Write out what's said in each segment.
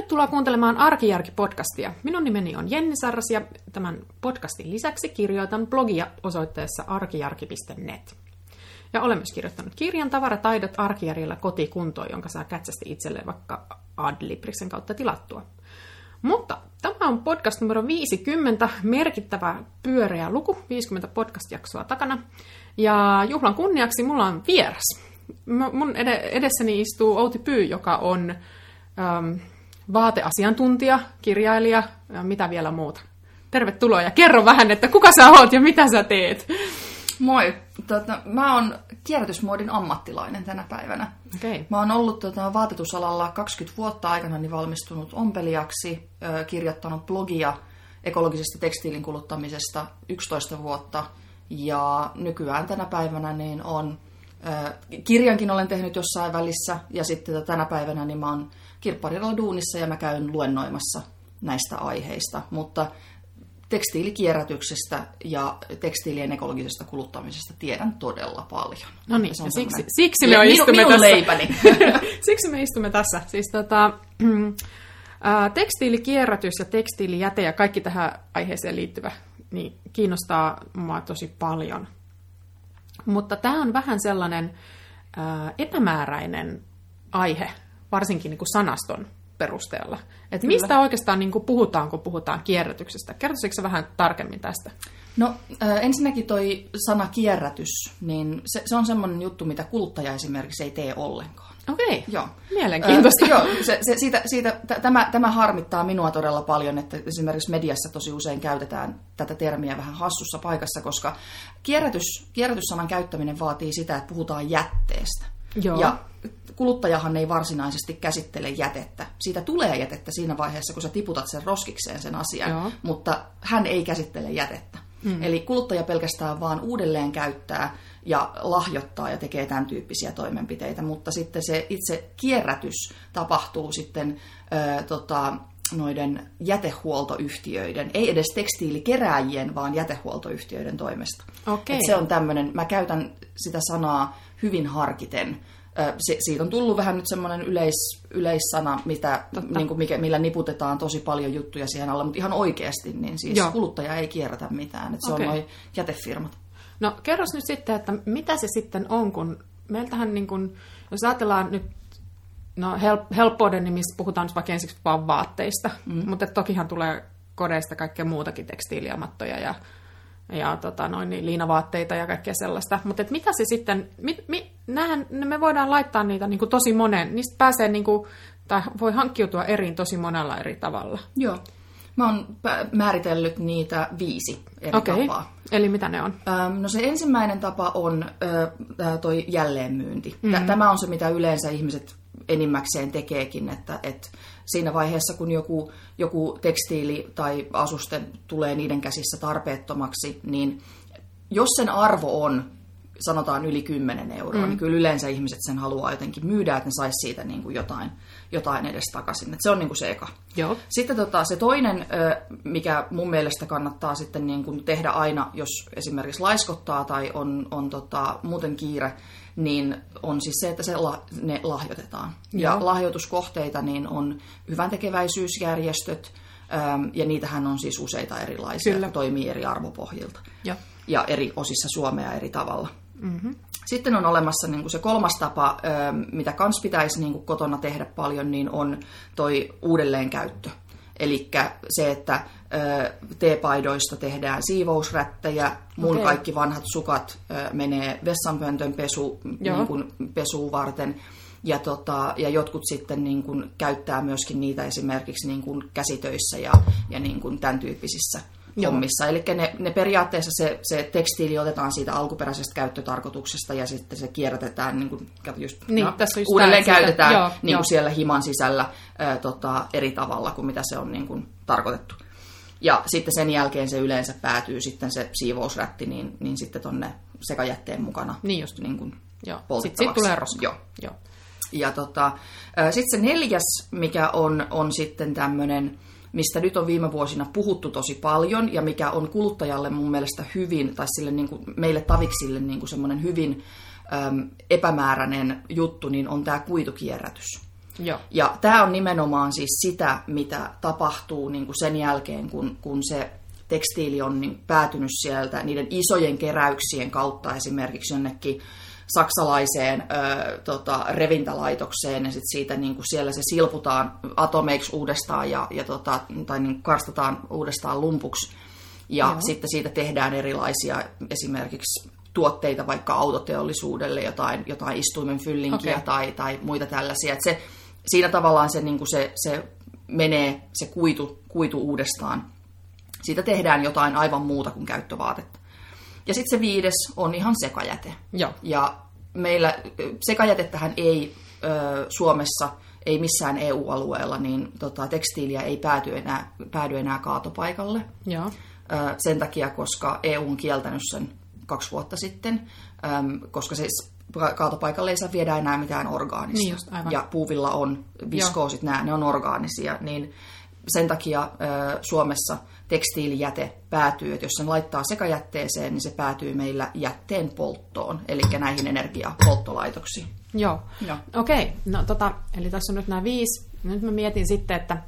Tervetuloa kuuntelemaan Arkijärki-podcastia. Minun nimeni on Jenni Sarras ja tämän podcastin lisäksi kirjoitan blogia osoitteessa arkijarki.net. Ja olen myös kirjoittanut kirjan Tavarataidot arkijärjellä kotikuntoon, jonka saa kätsästi itselleen vaikka Adlibriksen kautta tilattua. Mutta tämä on podcast numero 50, merkittävä pyöreä luku, 50 podcast-jaksoa takana. Ja juhlan kunniaksi mulla on vieras. Mun edessäni istuu Outi Pyy, joka on vaateasiantuntija, kirjailija ja mitä vielä muuta. Tervetuloa ja kerro vähän, että kuka sä oot ja mitä sä teet. Moi. Mä oon kierrätysmuodin ammattilainen tänä päivänä. Okay. Mä oon ollut vaatetusalalla 20 vuotta aikana valmistunut ompelijaksi, kirjoittanut blogia ekologisesta tekstiilin kuluttamisesta 11 vuotta. Ja nykyään tänä päivänä niin on kirjankin olen tehnyt jossain välissä ja sitten tänä päivänä niin mä oon kirpparilla duunissa ja mä käyn luennoimassa näistä aiheista, mutta tekstiilikierrätyksestä ja tekstiilien ekologisesta kuluttamisesta tiedän todella paljon. No niin, siksi me istumme tässä. Leipäni. Siksi me istumme tässä. Siis tekstiilikierrätys ja tekstiilijäte ja kaikki tähän aiheeseen liittyvä niin kiinnostaa mua tosi paljon. Mutta tämä on vähän sellainen epämääräinen aihe, varsinkin niin kuin sanaston perusteella. Että mistä oikeastaan niin kuin puhutaan, kun puhutaan kierrätyksestä? Kertoisitko vähän tarkemmin tästä? No ensinnäkin toi sana kierrätys, niin se on semmoinen juttu, mitä kuluttaja esimerkiksi ei tee ollenkaan. Okei, joo. Mielenkiintoista. Joo, tämä harmittaa minua todella paljon, että esimerkiksi mediassa tosi usein käytetään tätä termiä vähän hassussa paikassa, koska kierrätyssanan käyttäminen vaatii sitä, että puhutaan jätteestä. Joo. Ja kuluttajahan ei varsinaisesti käsittele jätettä. Siitä tulee jätettä siinä vaiheessa, kun sä tiputat sen roskikseen sen asian, Joo. mutta hän ei käsittele jätettä. Eli kuluttaja pelkästään vaan uudelleen käyttää ja lahjoittaa ja tekee tämän tyyppisiä toimenpiteitä, mutta sitten se itse kierrätys tapahtuu sitten noiden jätehuoltoyhtiöiden, ei edes tekstiilikerääjien, vaan jätehuoltoyhtiöiden toimesta. Okay. Et se on tämmöinen, mä käytän sitä sanaa hyvin harkiten. Siitä on tullut vähän nyt semmoinen yleissana, millä niputetaan tosi paljon juttuja siihen alla, mutta ihan oikeasti niin siis kuluttaja ei kierrätä mitään. Et se on noi jätefirmat. No kerros nyt sitten, että mitä se sitten on, kun meiltähän, niin kun, jos ajatellaan nyt, helppouden nimissä puhutaan nyt vaikka ensiksi vaan vaatteista, mutta tokihan tulee kodeista kaikkea muutakin tekstiiliä, mattoja ja liinavaatteita ja kaikkea sellaista. Mutta mitä se sitten, me voidaan laittaa niitä niin kuin tosi monen, niistä pääsee niin kuin, tai voi hankkiutua eriin tosi monella eri tavalla. Joo. Mä oon määritellyt niitä 5 eri tapaa. Eli mitä ne on? No se ensimmäinen tapa on toi jälleenmyynti. Tämä on se, mitä yleensä ihmiset enimmäkseen tekeekin, että siinä vaiheessa, kun joku tekstiili tai asuste tulee niiden käsissä tarpeettomaksi, niin jos sen arvo on, sanotaan yli 10 €, niin kyllä yleensä ihmiset sen haluaa jotenkin myydä, että ne saisi siitä niin kuin jotain edes takaisin. Että se on niin kuin se eka. Joo. Sitten se toinen, mikä mun mielestä kannattaa sitten niin kuin tehdä aina, jos esimerkiksi laiskottaa tai on muuten kiire, niin on siis se, että ne lahjoitetaan. Joo. Ja lahjoituskohteita niin on hyväntekeväisyysjärjestöt, ja niitähän on siis useita erilaisia, jotka toimii eri arvopohjilta. Ja eri osissa Suomea eri tavalla. Mm-hmm. Sitten on olemassa niin kuin se kolmas tapa, mitä kans pitäisi niin kuin kotona tehdä paljon, niin on toi uudelleenkäyttö. Eli se, että teepaidoista tehdään siivousrättejä, mun kaikki vanhat sukat menee vessanpöntön niin kuin pesuun varten. Ja jotkut sitten niin kuin käyttää myöskin niitä esimerkiksi niin kuin käsitöissä ja niin kuin tämän tyyppisissä hommissa. Eli ne periaatteessa se tekstiili otetaan siitä alkuperäisestä käyttötarkoituksesta ja sitten se kierrätetään niin kuin uudelleen käytetään niin kuin siellä himan sisällä eri tavalla kuin mitä se on niin kuin tarkoitettu. Ja sitten sen jälkeen se yleensä päätyy sitten se siivousrätti niin sitten tonne sekajätteen mukana niin just. Niin kuin poltettavaksi. Sitten tulee roska. Joo. Ja sitten se 4, mikä on sitten tämmöinen, mistä nyt on viime vuosina puhuttu tosi paljon ja mikä on kuluttajalle mun mielestä hyvin, tai sille niin kuin meille taviksille niin kuin semmoinen hyvin epämääräinen juttu, niin on tämä kuitukierrätys. Joo. Ja tämä on nimenomaan siis sitä, mitä tapahtuu niin kuin sen jälkeen, kun se tekstiili on niin päätynyt sieltä niiden isojen keräyksien kautta esimerkiksi jonnekin saksalaiseen revintälaitokseen, ja sitten siitä niin kuin siellä se silputaan atomeiksi uudestaan tai niin karstataan uudestaan lumpuksi. Ja sitten siitä tehdään erilaisia esimerkiksi tuotteita vaikka autoteollisuudelle, jotain istuimen fyllinkiä tai muita tällaisia. Et siinä tavallaan se, niin kuin se menee se kuitu uudestaan. Siitä tehdään jotain aivan muuta kuin käyttövaatetta. Ja sitten se 5. on ihan sekajäte. Joo. Ja meillä sekajätettähän ei Suomessa, ei missään EU-alueella, niin tekstiiliä ei päädy enää kaatopaikalle. Joo. Sen takia, koska EU on kieltänyt sen 2 vuotta sitten, koska se kaatopaikalle ei saa viedä enää mitään orgaanista. Niin just, aivan. Ja puuvilla on viskoosit, ne on orgaanisia, niin sen takia Suomessa tekstiilijäte päätyy, että jos sen laittaa sekajätteeseen, niin se päätyy meillä jätteen polttoon, eli näihin energiapolttolaitoksiin. Joo. Okei. No, eli tässä on nyt nämä 5. Nyt mä mietin sitten, että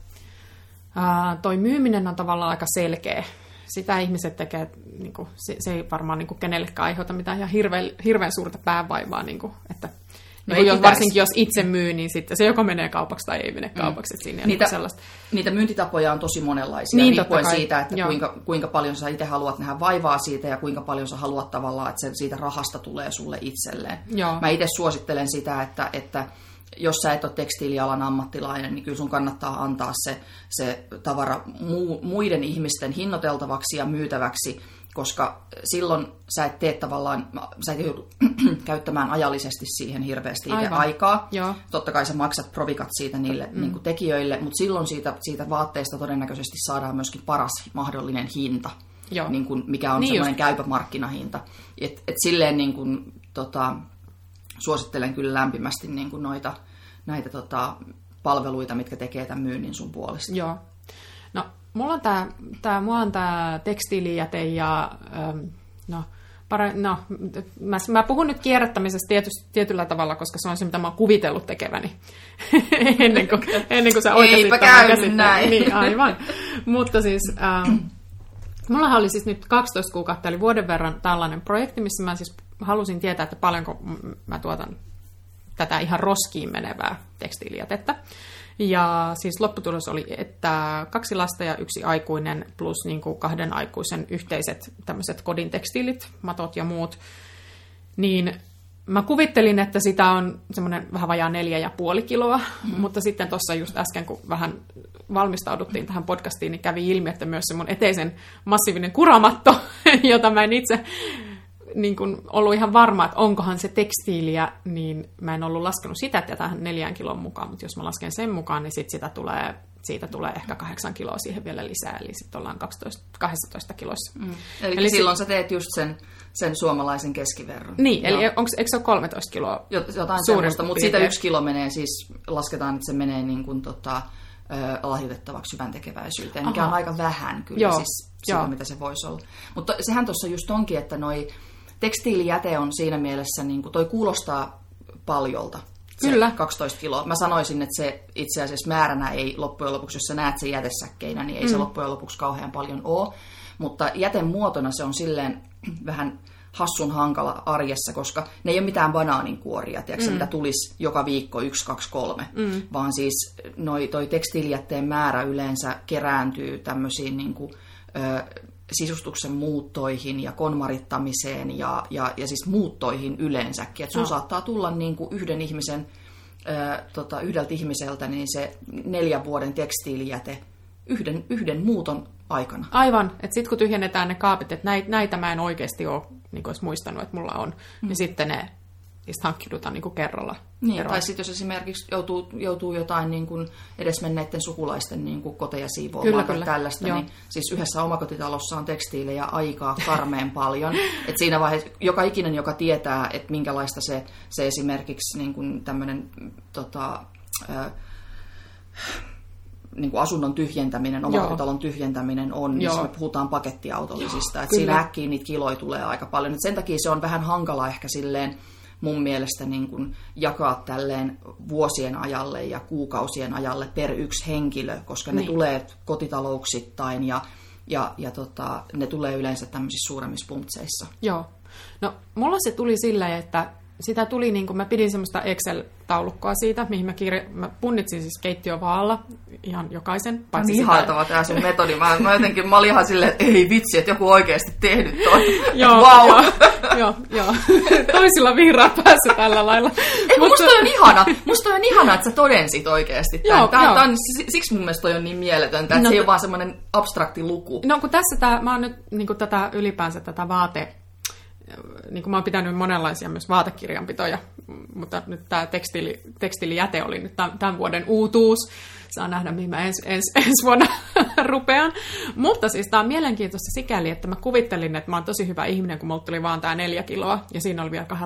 toi myyminen on tavallaan aika selkeä. Sitä ihmiset tekee, niin kuin, se ei varmaan niin kuin kenellekään aiheuta mitään ihan hirveän suurta päävaivaa, niin kuin, että no ei ole, varsinkin jos itse myy, niin sitten se joko menee kaupaksi tai ei mene kaupaksi. Siinä niitä myyntitapoja on tosi monenlaisia, niin, riippuen siitä, että kuinka paljon sä itse haluat nähdä vaivaa siitä ja kuinka paljon sä haluat tavallaan, että siitä rahasta tulee sulle itselleen. Joo. Mä itse suosittelen sitä, että jos sä et ole tekstiilialan ammattilainen, niin kyllä sun kannattaa antaa se tavara muiden ihmisten hinnoiteltavaksi ja myytäväksi, koska silloin sä et tee tavallaan, sä et joudu käyttämään ajallisesti siihen hirveästi itse aikaa. Joo. Totta kai sä maksat provikat siitä niille niin kuin tekijöille, mutta silloin siitä vaatteesta todennäköisesti saadaan myöskin paras mahdollinen hinta, niin kuin mikä on semmoinen käypä markkinahinta. Et silleen niin kuin, suosittelen kyllä lämpimästi niin kuin näitä palveluita, mitkä tekee tämän myynnin sun puolesta. Joo. No, mulla on tää tekstiilijäte ja mä puhun nyt kierrättämisestä tietyllä tavalla, koska se on se, mitä mä oon kuvitellut tekeväni ennen kuin sä oikeasti tämän käsittelet. Niin, aivan. Mutta siis mullahan oli siis nyt 12 kuukautta, eli vuoden verran tällainen projekti, missä mä siis halusin tietää, että paljonko mä tuotan tätä ihan roskiin menevää tekstiilijätettä. Ja siis lopputulos oli, että 2 lasta ja 1 aikuinen plus niin kuin 2 aikuisen yhteiset tämmöiset kodin tekstiilit, matot ja muut. Niin mä kuvittelin, että sitä on semmoinen vähän vajaa 4,5 kiloa, mutta sitten tuossa just äsken, kun vähän valmistauduttiin tähän podcastiin, niin kävi ilmi, että myös se mun eteisen massiivinen kuramatto, jota mä en itse niin kun ollut ihan varma, että onkohan se tekstiiliä, niin mä en ollut laskenut sitä tähän 4 kilon mukaan, mutta jos mä lasken sen mukaan, niin siitä tulee ehkä 8 kiloa siihen vielä lisää, eli sitten ollaan 12 kilossa. Eli silloin sä teet just sen suomalaisen keskiverron. Niin, eli eikö se ole 13 kiloa? Jotain semmoista, mutta siitä 1 kilo menee siis, lasketaan, että se menee niin kuin lahjoitettavaksi hyväntekeväisyyteen, mikä on aika vähän kyllä siis sitä, mitä se voisi olla. Mutta sehän tuossa just onkin, että noi tekstiilijäte on siinä mielessä, niin kuin toi kuulostaa paljolta, Kyllä. 12 kiloa. Mä sanoisin, että se itse asiassa määränä ei loppujen lopuksi, jos sä näet sen jätesäkkeinä, niin ei se loppujen lopuksi kauhean paljon ole. Mutta jätemuotona se on silleen vähän hassun hankala arjessa, koska ne ei ole mitään banaaninkuoria, tiedätkö, mitä tulisi joka viikko 1, 2, 3, vaan siis toi tekstiilijätteen määrä yleensä kerääntyy tämmöisiin niin kuin, sisustuksen muuttoihin ja konmarittamiseen ja siis muuttoihin yleensäkin. Et sun saattaa tulla niin kuin yhdeltä ihmiseltä niin se 4 vuoden tekstiilijäte yhden muuton aikana. Aivan, että sitten kun tyhjennetään ne kaapit, että näitä mä en oikeasti ole niin olisi muistanut, että mulla on, niin sitten niistä hankkiudutaan niin kuin kerralla. Niin, tai sitten jos esimerkiksi joutuu jotain niin kuin edesmenneiden sukulaisten niin kuin koteja siivoamaan tai tällaista, niin siis yhdessä omakotitalossa on tekstiilejä aika karmeen paljon. Et siinä vaiheessa joka ikinen, joka tietää, että minkälaista se esimerkiksi niin kuin tämmöinen niin kuin asunnon tyhjentäminen, omakotitalon tyhjentäminen on, niin me puhutaan pakettiautollisista. Että siinä äkkiä niitä kiloja tulee aika paljon. Et sen takia se on vähän hankala ehkä silleen mun mielestä niin kuin jakaa tälleen vuosien ajalle ja kuukausien ajalle per yksi henkilö, koska ne tulee kotitalouksittain ja ne tulee yleensä tämmöisissä suuremmissa puntseissa. Joo. No, mulla se tuli silleen, että sitä tuli, niin kuin mä pidin semmoista Excel-taulukkoa siitä, mihin mä punnitsin siis keittiövaalla ihan jokaisen. Niin ihailtava tämä sun metodi. Mä olin ihan silleen, että ei vitsi, että joku oikeasti tehnyt toi. Wow. Joo. Toisilla vihreä päässä tällä lailla. Musta on ihana, että sä todensit oikeasti tämän. Siksi mun mielestä toi on niin mieletöntä, että se ei ole vaan semmoinen abstrakti luku. No kun tässä mä oon nyt niin kuin tätä ylipäänsä tätä niin kuin mä oon pitänyt monenlaisia myös vaatekirjanpitoja, mutta nyt tämä tekstiilijäte oli nyt tämän vuoden uutuus. Saa nähdä, mihin mä ensi vuonna rupean. Mutta siis tämä on mielenkiintoista sikäli, että mä kuvittelin, että mä oon tosi hyvä ihminen, kun mulla tuli vaan tämä 4 kiloa, ja siinä oli vielä 2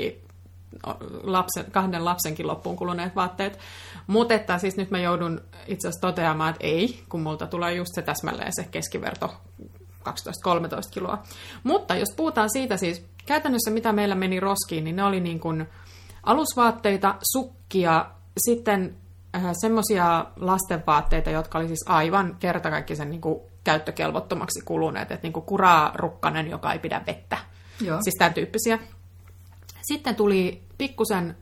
lapsenkin loppuun kuluneet vaatteet. Mutta että siis nyt mä joudun itse asiassa toteamaan, että ei, kun multa tulee just se täsmälleen se keskiverto 12-13 kiloa. Mutta jos puhutaan siitä siis, käytännössä mitä meillä meni roskiin, niin ne oli niin kuin alusvaatteita, sukkia, sitten semmoisia lastenvaatteita, jotka oli siis aivan kertakaikkisen niin kuin käyttökelvottomaksi kuluneet, että niin kuin kurarukkanen, joka ei pidä vettä. Joo. Siis tämän tyyppisiä. Sitten tuli pikkusen,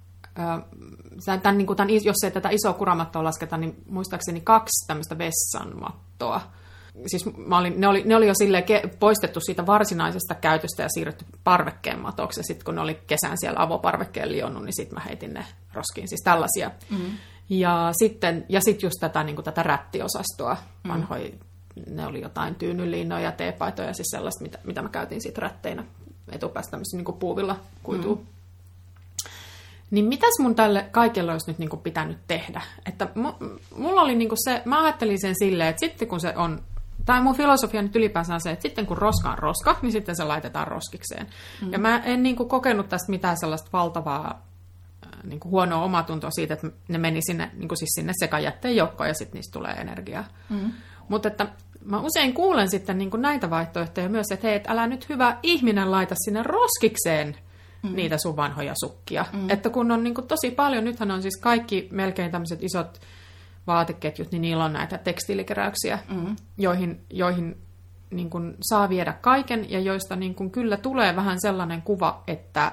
jos ei tätä isoa kuramattoa lasketa, niin muistaakseni 2 tämmöistä vessanmattoa. Siis ne oli jo silleen poistettu siitä varsinaisesta käytöstä ja siirretty parvekkeen matoksi. Ja sitten kun ne oli kesän siellä avoparvekkeen lionnut, niin sitten mä heitin ne roskiin. Siis tällaisia. Mm. Ja sitten just tätä rättiosastoa. Ne oli jotain tyynyliinoja, teepaitoja, siis sellaista, mitä mä käytin siitä rätteinä etupäästä tämmöisiä niin puuvilla kuitua. Mm. Niin mitäs mun tälle kaikelle olisi nyt niin kuin pitänyt tehdä? Että mulla oli niin kuin se, mä ajattelin sen silleen, että sitten kun se on, tai mun filosofia nyt ylipäänsä on se, että sitten kun roska on roska, niin sitten se laitetaan roskikseen. Mm. Ja mä en niin kuin kokenut tästä mitään sellaista valtavaa niin kuin huonoa omatuntoa siitä, että ne meni sinne, niin kuin siis sinne sekajätteen joukkoon ja sitten niistä tulee energiaa. Mm. Mutta että mä usein kuulen sitten niin kuin näitä vaihtoehtoja myös, että hei, et älä nyt hyvä ihminen laita sinne roskikseen niitä sun vanhoja sukkia. Että kun on niin kuin tosi paljon, nythän on siis kaikki melkein tämmöiset isot vaateketjut, niin niillä on näitä tekstiilikeräyksiä, joihin niin kuin saa viedä kaiken ja joista niin kuin kyllä tulee vähän sellainen kuva, että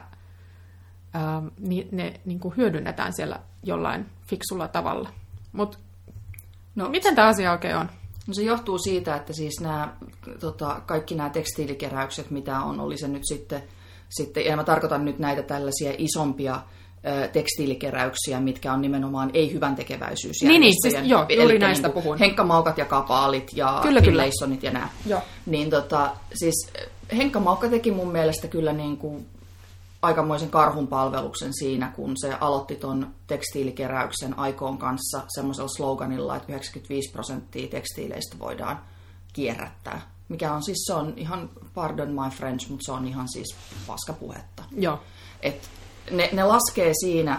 ne niin kuin hyödynnetään siellä jollain fiksulla tavalla. Mutta miten tämä asia oikein on? No se johtuu siitä, että siis kaikki nämä tekstiilikeräykset, mitä on, oli se nyt sitten, ja mä tarkoitan nyt näitä tällaisia isompia tekstiilikeräyksiä, mitkä on nimenomaan ei-hyväntekeväisyysjärjestöjen. Niin, joo, juuri näistä niin puhun. Henkkamaukat ja kapaalit ja Finlaysonit ja nämä. Joo. Niin siis Henkkamaukka teki mun mielestä kyllä niin kuin aikamoisen karhunpalveluksen siinä, kun se aloitti ton tekstiilikeräyksen Aikoon kanssa semmoisella sloganilla, että 95% tekstiileistä voidaan kierrättää. Mikä on siis, se on ihan, pardon my French, mutta se on ihan siis paskapuhetta. Joo. Et ne laskee siinä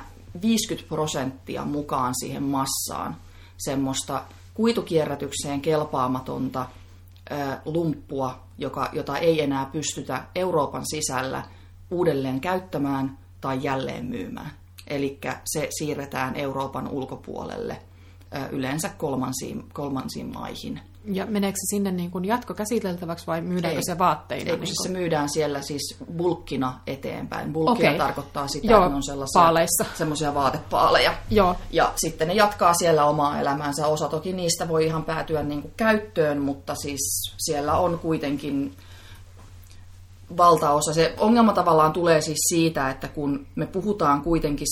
50% mukaan siihen massaan semmoista kuitukierrätykseen kelpaamatonta lumppua, jota ei enää pystytä Euroopan sisällä uudelleen käyttämään tai jälleen myymään. Eli se siirretään Euroopan ulkopuolelle, yleensä kolmansiin maihin. Ja meneekö se sinne niin kuin jatkokäsiteltäväksi vai myydäänkö se vaatteina? Ei, kun siis se myydään siellä siis bulkkina eteenpäin. Bulkkina tarkoittaa sitä, että ne on sellaisia semmoisia vaatepaaleja. Joo. Ja sitten ne jatkaa siellä omaa elämäänsä. Osa toki niistä voi ihan päätyä niin kuin käyttöön, mutta siis siellä on kuitenkin valtaosa. Se ongelma tavallaan tulee siis siitä, että kun me puhutaan kuitenkin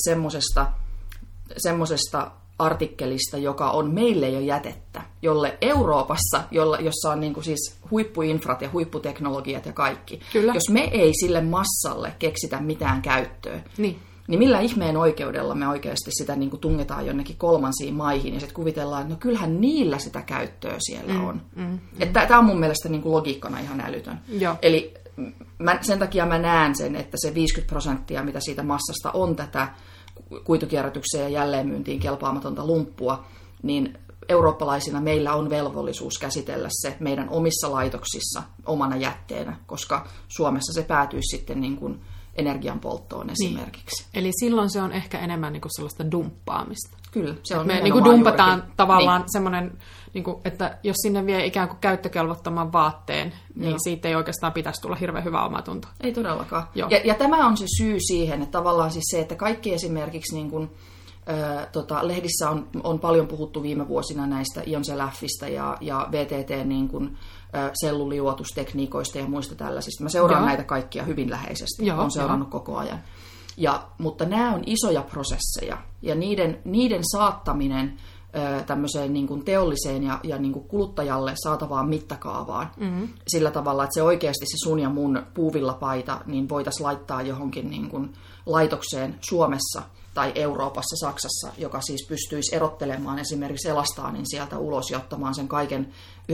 semmoisesta artikkelista, joka on meille jo jätettä, jolle Euroopassa, jossa on niin kuin siis huippuinfrat ja huipputeknologiat ja kaikki. Kyllä. Jos me ei sille massalle keksitä mitään käyttöä, niin millä ihmeen oikeudella me oikeasti sitä niin kuin tungetaan jonnekin kolmansiin maihin ja sitten kuvitellaan, että no kyllähän niillä sitä käyttöä siellä on. Tämä on mun mielestä niin kuin logiikkana ihan älytön. Joo. Eli sen takia mä näen sen, että se 50%, mitä siitä massasta on tätä kuitukierrätykseen ja jälleenmyyntiin kelpaamatonta lumppua, niin eurooppalaisina meillä on velvollisuus käsitellä se meidän omissa laitoksissa omana jätteenä, koska Suomessa se päätyisi sitten niin kuin energianpolttoon esimerkiksi. Niin. Eli silloin se on ehkä enemmän niin kuin sellaista dumppaamista. Kyllä, se on me niin kuin dumpataan tavallaan semmoinen, niin kuin, että jos sinne vie ikään kuin käyttökelvottoman vaatteen, niin siitä ei oikeastaan pitäisi tulla hirveän hyvä omatunto. Ei todellakaan. Ja tämä on se syy siihen, että tavallaan siis se, että kaikki esimerkiksi niin kuin, lehdissä on paljon puhuttu viime vuosina näistä IONCELAFista ja VTT niin kuin, selluliuotustekniikoista ja muista tällaisista. Mä seuraan näitä kaikkia hyvin läheisesti. Olen seurannut koko ajan. Mutta nämä on isoja prosesseja ja niiden saattaminen tämmöiseen niin kuin teolliseen ja niin kuin kuluttajalle saatavaan mittakaavaan sillä tavalla, että se oikeasti se sun ja mun puuvillapaita niin voitaisiin laittaa johonkin niin kuin laitokseen Suomessa tai Euroopassa, Saksassa, joka siis pystyisi erottelemaan esimerkiksi elastaanin sieltä ulos ja ottamaan sen kaiken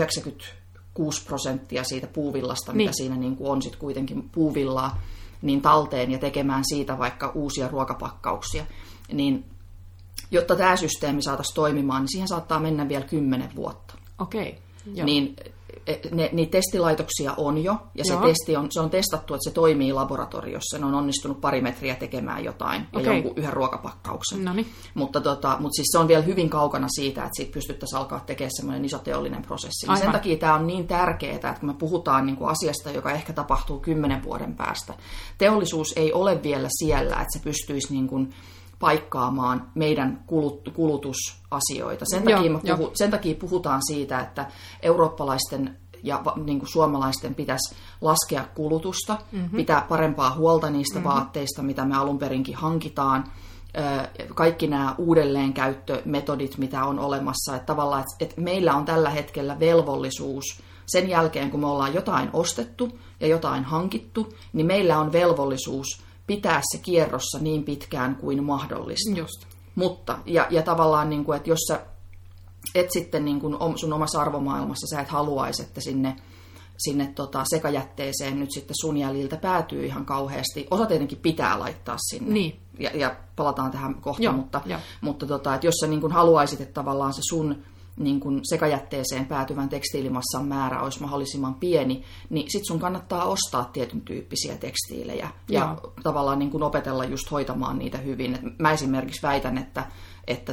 96% siitä puuvillasta, mitä siinä niin kuin on sitten kuitenkin puuvillaa, niin talteen ja tekemään siitä vaikka uusia ruokapakkauksia. Niin, jotta tämä systeemi saataisiin toimimaan, niin siihen saattaa mennä vielä 10 vuotta. Okei. Niin niitä testilaitoksia on jo, ja se on testattu, että se toimii laboratoriossa. Ne on onnistunut pari metriä tekemään jotain ja yhden ruokapakkauksen. Noniin. Mutta siis se on vielä hyvin kaukana siitä, että siitä pystyttäisiin alkaa tekemään semmoinen iso teollinen prosessi. Sen takia tämä on niin tärkeää, että kun me puhutaan niin kuin asiasta, joka ehkä tapahtuu 10 vuoden päästä, teollisuus ei ole vielä siellä, että se pystyisi niin kuin paikkaamaan meidän kulutusasioita. Sen takia puhutaan siitä, että eurooppalaisten ja niin kuin suomalaisten pitäisi laskea kulutusta, pitää parempaa huolta niistä vaatteista, mitä me alun perinkin hankitaan. Kaikki nämä uudelleenkäyttömetodit, mitä on olemassa. Että tavallaan, että meillä on tällä hetkellä velvollisuus sen jälkeen, kun me ollaan jotain ostettu ja jotain hankittu, niin meillä on velvollisuus pitää se kierrossa niin pitkään kuin mahdollista. Just. Mutta, ja tavallaan, niin kuin, että jos sä et sitten niin kuin sun omassa arvomaailmassa, sä et haluaisi, että sinne sekajätteeseen nyt sitten sun jäljiltä päätyy ihan kauheasti. Osa tietenkin pitää laittaa sinne. Niin. Ja palataan tähän kohta, mutta että jos sä niin kuin haluaisit, että tavallaan se sun niin kuin sekajätteeseen päätyvän tekstiilimassan määrä olisi mahdollisimman pieni, niin sit sun kannattaa ostaa tietyn tyyppisiä tekstiilejä ja tavallaan niin kuin opetella just hoitamaan niitä hyvin. Et mä esimerkiksi väitän, että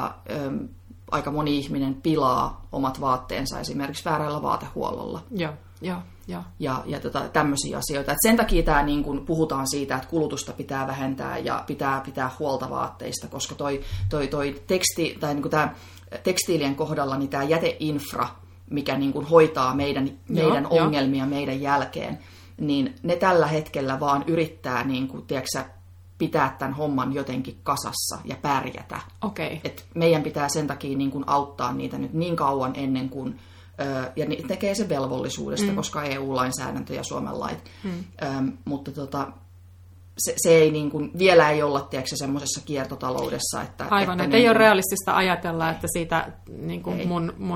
aika moni ihminen pilaa omat vaatteensa esimerkiksi väärällä vaatehuollolla. Ja tämmöisiä asioita. Et sen takia tää, niin kun puhutaan siitä, että kulutusta pitää vähentää ja pitää huolta vaatteista, koska toi teksti, tai niin kun tää tekstiilien kohdalla niin tämä jäteinfra, mikä niin kuin hoitaa meidän ongelmia meidän jälkeen, niin ne tällä hetkellä vaan yrittää niin kuin, tiedätkö, pitää tämän homman jotenkin kasassa ja pärjätä. Okay. Et meidän pitää sen takia niin kuin auttaa niitä nyt niin kauan ennen kuin, ja ne tekee se velvollisuudesta, koska EU-lainsäädäntö ja Suomen lait. Mutta se ei niin kuin, vielä ei olla, tiedätkö, semmoisessa kiertotaloudessa. Aivan, että ei ole realistista ajatella, että siitä niin kuin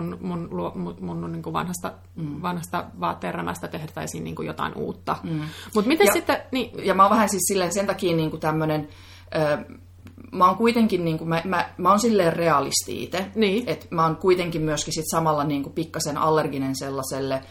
mun niin kuin vanhasta vaatteerämästä tehtäisiin niin kuin jotain uutta. Mut miten sitten... Niin... Ja mä oon vähän siis silleen, sen takia niin kuin tämmönen... Mä oon kuitenkin, niin kuin, mä oon silleen realisti itse, että mä oon kuitenkin myöskin sit samalla niin kuin pikkasen allerginen sellaiselle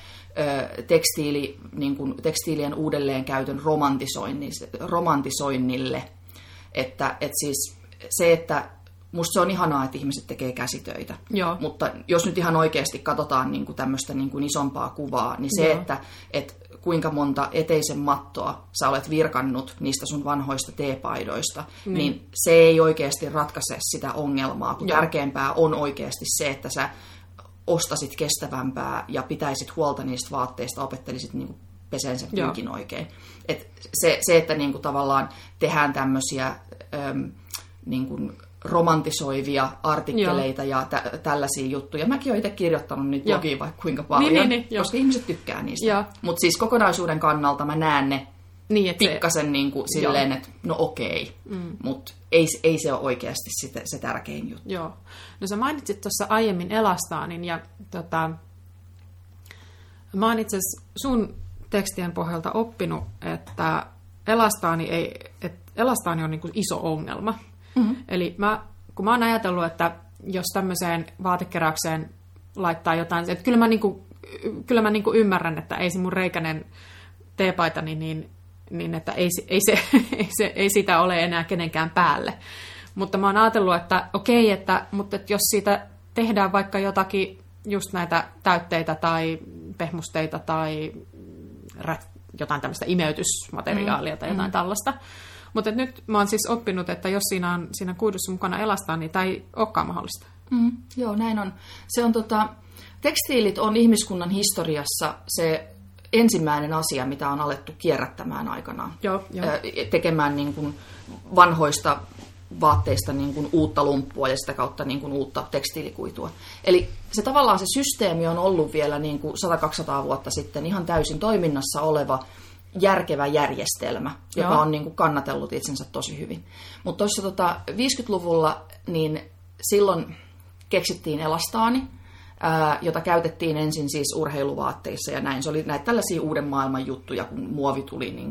tekstiilien uudelleenkäytön romantisoinnille. Että siis se, että musta se on ihanaa, että ihmiset tekee käsitöitä. Mutta jos nyt ihan oikeasti katsotaan niin kuin tämmöistä niin kuin isompaa kuvaa, niin se, että kuinka monta eteisen mattoa sä olet virkannut niistä sun vanhoista teepaidoista, niin se ei oikeasti ratkaise sitä ongelmaa, kun tärkeämpää on oikeasti se, että sä ostasit kestävämpää ja pitäisit huolta niistä vaatteista, opettelisit niin kuin pesensä pyykin oikein. Et se, että niin kuin tavallaan tehdään tämmöisiä niin kuin romantisoivia artikkeleita ja tällaisia juttuja. Mäkin olen itse kirjoittanut niitä blogiin vaikka kuinka paljon, koska ihmiset tykkää niistä. Mutta siis kokonaisuuden kannalta mä näen ne pikkasen niin kuin silleen, että no okei, mutta ei se ole oikeasti se tärkein juttu. Joo. No sä mainitsit tuossa aiemmin elastaanin ja mä oon itse asiassa sun tekstien pohjalta oppinut, että elastaani on niin kuin iso ongelma. Eli kun mä oon ajatellut, että jos tämmöiseen vaatekeräykseen laittaa jotain, että kyllä mä ymmärrän, että ei se mun reikäinen teepaitani, niin niin että ei sitä ole enää kenenkään päälle. Mutta mä oon ajatellut, että okei, mutta jos siitä tehdään vaikka jotakin, just näitä täytteitä tai pehmusteita tai jotain tämmöistä imeytysmateriaalia tai jotain tällaista. Mutta nyt mä oon siis oppinut, että jos siinä kuidussa mukana elastaa, niin tämä ei olekaan mahdollista. Joo, näin on. Se on tekstiilit on ihmiskunnan historiassa se ensimmäinen asia, mitä on alettu kierrättämään aikanaan. Joo. Tekemään niin kuin vanhoista vaatteista niin kuin uutta lumppua ja sitä kautta niin kuin uutta tekstiilikuitua. Eli se tavallaan se systeemi on ollut vielä niin kuin 100-200 vuotta sitten ihan täysin toiminnassa oleva järkevä järjestelmä, joka on niin kuin kannatellut itsensä tosi hyvin. Mutta tuossa 50-luvulla niin silloin keksittiin elastaani, jota käytettiin ensin siis urheiluvaatteissa ja näin. Se oli näitä tällaisia uuden maailman juttuja, kun muovi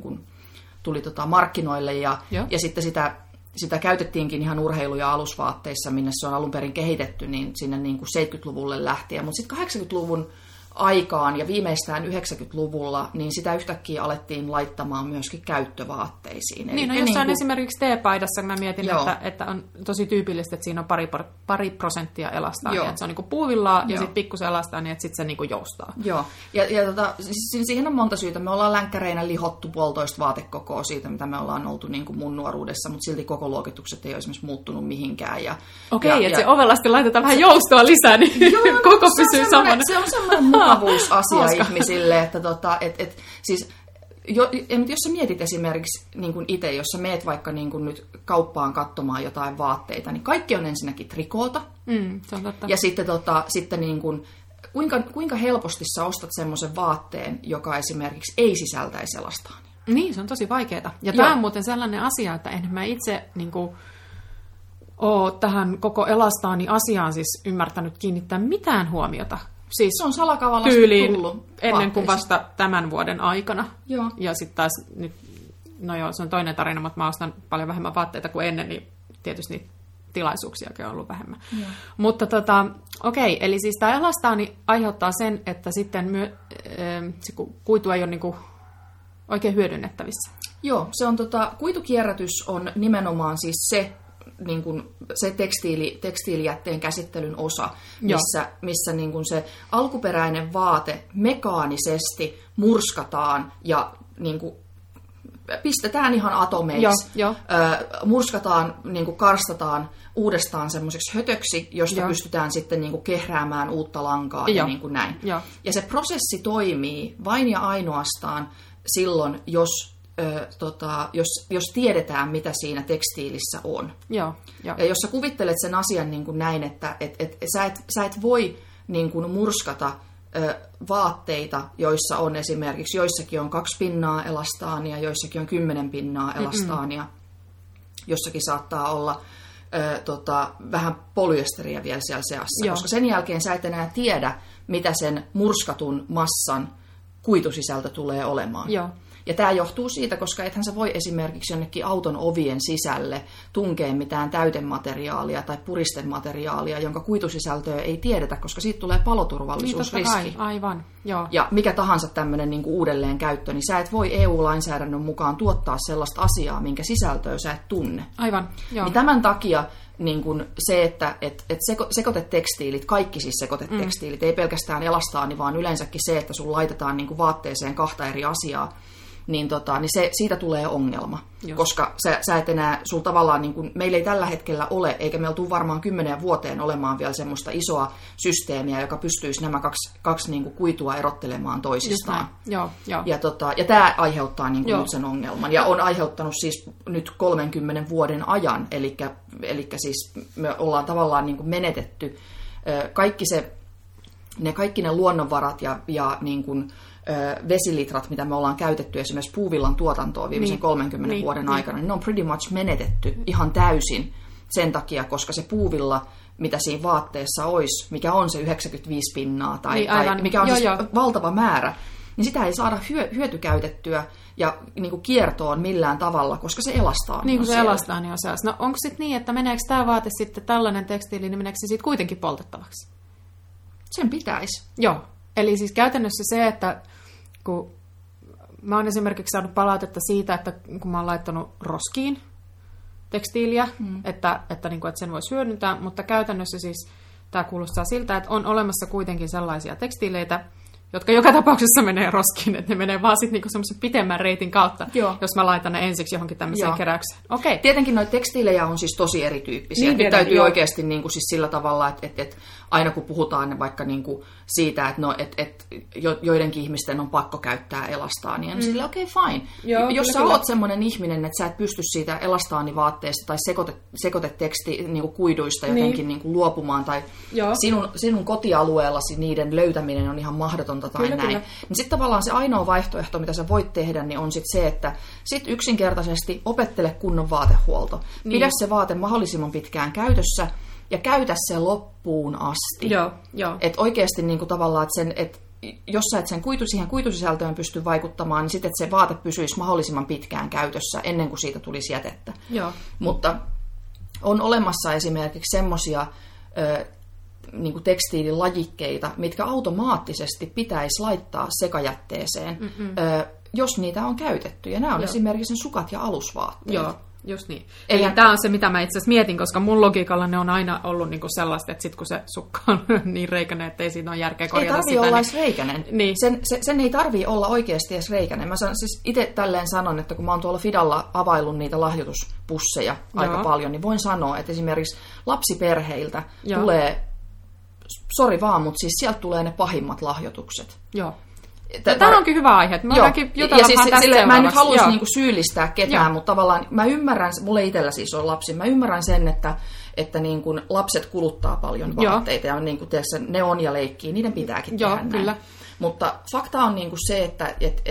tuli markkinoille ja sitten sitä käytettiinkin ihan urheilu- ja alusvaatteissa, minne se on alun perin kehitetty, niin sinne niin kuin 70-luvulle lähtien. Mutta sitten 80-luvun aikaan ja viimeistään 90-luvulla, niin sitä yhtäkkiä alettiin laittamaan myöskin käyttövaatteisiin. Niin, jos on esimerkiksi teepaidassa, mä mietin, että on tosi tyypillistä, että siinä on pari prosenttia elastaania, että se on niin kuin puuvillaa ja sitten pikkusen elastaania, että sitten se niin kuin joustaa. Joo, ja siihen on monta syytä. Me ollaan länkkäreinä lihottu 1,5 vaatekokoa siitä, mitä me ollaan oltu niin kuin mun nuoruudessa, mutta silti koko luokitukset ei ole esimerkiksi muuttunut mihinkään. Okei, että se ovelasti laitetaan vähän joustoa lisää, niin koko pysyy samana. Se on semmoinen mukavuusasia ihmisille, että siis jos sä mietit esimerkiksi niin kuin itse, jos sä meet vaikka niin kuin nyt kauppaan katsomaan jotain vaatteita, niin kaikki on ensinnäkin trikoota. Se on totta. Ja sitten niin kuin, kuinka helposti sä ostat semmoisen vaatteen, joka esimerkiksi ei sisältäisi elastaania. Niin, se on tosi vaikeaa. Ja tämä on muuten sellainen asia, että en mä itse niin kuin ole tähän koko elastaani-asiaan siis ymmärtänyt kiinnittää mitään huomiota. Siis se on salakavallisesti tyyliin tullut ennen kuin vasta tämän vuoden aikana. Joo. Ja sitten taas nyt, se on toinen tarina, mutta mä ostan paljon vähemmän vaatteita kuin ennen, niin tietysti niitä tilaisuuksiakin on ollut vähemmän. Joo. Mutta okei, eli siis tämä elastaani aiheuttaa sen, että sitten kuitu ei ole niinku oikein hyödynnettävissä. Joo, se on kuitukierrätys on nimenomaan siis niin kuin se tekstiilijätteen käsittelyn osa, missä niin kuin se alkuperäinen vaate mekaanisesti murskataan ja niin kuin pistetään ihan atomeiksi, murskataan, niin kuin karstataan uudestaan semmoiseksi hötöksi, josta pystytään sitten niin kuin kehräämään uutta lankaa ja niin kuin näin. Ja se prosessi toimii vain ja ainoastaan silloin, jos tiedetään, mitä siinä tekstiilissä on. Ja jos sä kuvittelet sen asian niin kuin näin, että sä et voi niin kuin murskata vaatteita, joissa on esimerkiksi, joissakin on 2 pinnaa elastaania, joissakin on 10 pinnaa elastaania, jossakin saattaa olla vähän polyesteriä vielä siellä seassa, koska sen jälkeen sä et enää tiedä, mitä sen murskatun massan kuitusisältö tulee olemaan. Ja tämä johtuu siitä, koska ethän sä voi esimerkiksi jonnekin auton ovien sisälle tunkea mitään täytemateriaalia tai puristemateriaalia, jonka kuitusisältöä ei tiedetä, koska siitä tulee paloturvallisuusriski. Niin, aivan. Joo. Ja mikä tahansa tämmöinen niin kuin uudelleenkäyttö, niin sä et voi EU-lainsäädännön mukaan tuottaa sellaista asiaa, minkä sisältöä sä et tunne. Aivan, joo. Niin tämän takia niin kuin se, että sekoitetekstiilit, kaikki siis sekoitetekstiilit, ei pelkästään elastaani, vaan yleensäkin se, että sun laitetaan niin kuin vaatteeseen 2 eri asiaa, niin siitä tulee ongelma. Koska sä et enää, sul tavallaan, niin kuin, meillä ei tällä hetkellä ole, eikä meillä tule varmaan 10 vuoteen olemaan vielä semmoista isoa systeemiä, joka pystyisi nämä kaksi niin kuin kuitua erottelemaan toisistaan. Ja tämä aiheuttaa niin kuin nyt sen ongelman. Ja on aiheuttanut siis nyt 30 vuoden ajan, eli siis me ollaan tavallaan niin kuin menetetty kaikki ne luonnonvarat ja niin kuin vesilitrat, mitä me ollaan käytetty esimerkiksi puuvillan tuotantoon viimeisen 30 vuoden aikana, niin ne on pretty much menetetty ihan täysin sen takia, koska se puuvilla, mitä siinä vaatteessa olisi, mikä on se 95 pinnaa tai mikä on siis valtava määrä, niin sitä ei saada hyötykäytettyä ja niin kuin kiertoon millään tavalla, koska se elastaa. Niin kuin se elastaa, niin on sellaista. No onko sitten niin, että meneekö tämä vaate sitten tällainen tekstiili, niin meneekö se sitten kuitenkin poltettavaksi? Sen pitäisi. Joo. Eli siis käytännössä se, että kun mä oon esimerkiksi saanut palautetta siitä, että kun mä oon laittanut roskiin tekstiiliä, että sen voisi hyödyntää, mutta käytännössä siis tämä kuulostaa siltä, että on olemassa kuitenkin sellaisia tekstiileitä, jotka joka tapauksessa menee roskiin, että ne menee vaan sitten niinku semmoisen pitemmän reitin kautta, jos mä laitan ne ensiksi johonkin tämmöiseen keräykseen. Okay. Tietenkin noita tekstiilejä on siis tosi erityyppisiä. Niin, täytyy oikeasti niinku siis sillä tavalla, että aina kun puhutaan vaikka niinku siitä, että joidenkin ihmisten on pakko käyttää elastaania, niin sille okei, fine. Jos sä oot semmoinen ihminen, että sä et pysty siitä elastaanivaatteesta tai sekoiteteksti niinku kuiduista jotenkin niinku luopumaan, tai sinun kotialueellasi niiden löytäminen on ihan mahdotonta tai näin, niin sitten tavallaan se ainoa vaihtoehto, mitä sä voit tehdä, niin on sitten se, että sit yksinkertaisesti opettele kunnon vaatehuolto. Pidä se vaate mahdollisimman pitkään käytössä, ja käytä se loppuun asti. Että oikeasti niinku tavallaan, että jos sä et siihen kuitusisältöön pysty vaikuttamaan, niin sitten se vaate pysyisi mahdollisimman pitkään käytössä ennen kuin siitä tulisi jätettä. Mutta on olemassa esimerkiksi semmoisia niinku tekstiililajikkeita, mitkä automaattisesti pitäisi laittaa sekajätteeseen, jos niitä on käytetty. Ja nämä on esimerkiksi sukat ja alusvaatteet. Just niin. Eli tämä on se, mitä mä itse asiassa mietin, koska mun logiikalla ne on aina ollut niinku sellaista, että sitten kun se sukka on niin reikäinen, että ei siinä ole järkeä korjata sitä. Ei tarvitse olla edes reikäinen. Niin. Sen ei tarvitse olla oikeasti edes reikäinen. Mä siis itse tälleen sanon, että kun mä oon tuolla Fidalla availlut niitä lahjoituspusseja aika paljon, niin voin sanoa, että esimerkiksi lapsiperheiltä tulee, sori vaan, mutta siis sieltä tulee ne pahimmat lahjoitukset. Tämä onkin hyvä aihe. Mä en nyt haluaisi niinku syyllistää ketään, mutta tavallaan mä ymmärrän, mulle itsellä siis on lapsi, mä ymmärrän sen, että niinku lapset kuluttaa paljon vaatteita ja niinku ne on ja leikkii, niiden pitääkin tehdä näin. Kyllä. Mutta fakta on niinku se, että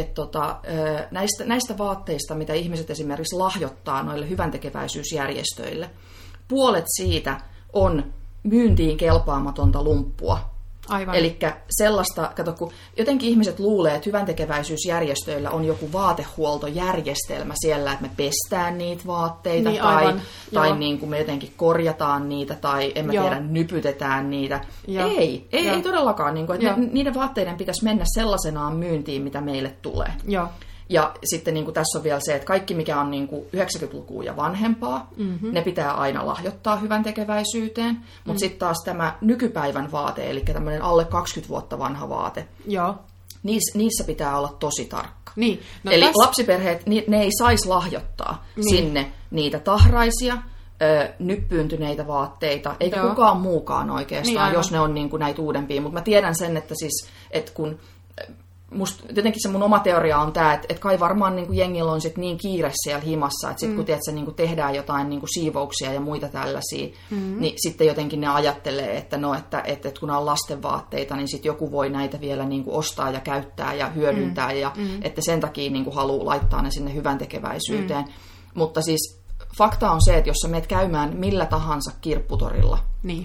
näistä vaatteista, mitä ihmiset esimerkiksi lahjoittaa noille hyväntekeväisyysjärjestöille, puolet siitä on myyntiin kelpaamatonta lumppua. Eli sellaista, kato, kun jotenkin ihmiset luulee, että hyväntekeväisyysjärjestöillä on joku vaatehuoltojärjestelmä siellä, että me pestään niitä vaatteita tai niin kuin me jotenkin korjataan niitä tai en mä tiedä, nypytetään niitä. Ei todellakaan. Niin kuin, että niiden vaatteiden pitäisi mennä sellaisenaan myyntiin, mitä meille tulee. Ja sitten niin kuin tässä on vielä se, että kaikki mikä on niin kuin 90-lukua ja vanhempaa, ne pitää aina lahjoittaa hyväntekeväisyyteen. Mutta sitten taas tämä nykypäivän vaate, eli tämmöinen alle 20 vuotta vanha vaate, niissä pitää olla tosi tarkka. Eli lapsiperheet, ne ei saisi lahjoittaa sinne niitä tahraisia, nyppyyntyneitä vaatteita, eikä kukaan muukaan oikeastaan, jos ne on niin kuin näitä uudempia. Mutta mä tiedän sen, että siis, että kun jotenkin se mun oma teoria on tämä, että kai varmaan niin kuin jengillä on sit niin kiire siellä himassa, että sitten kun niin kuin tehdään jotain niin kuin siivouksia ja muita tällaisia, niin sitten jotenkin ne ajattelee, että että kun on lastenvaatteita, niin sitten joku voi näitä vielä niin kuin ostaa ja käyttää ja hyödyntää, ja että sen takia niin kuin haluaa laittaa ne sinne hyväntekeväisyyteen. Mutta siis fakta on se, että jos sä menet käymään millä tahansa kirpputorilla,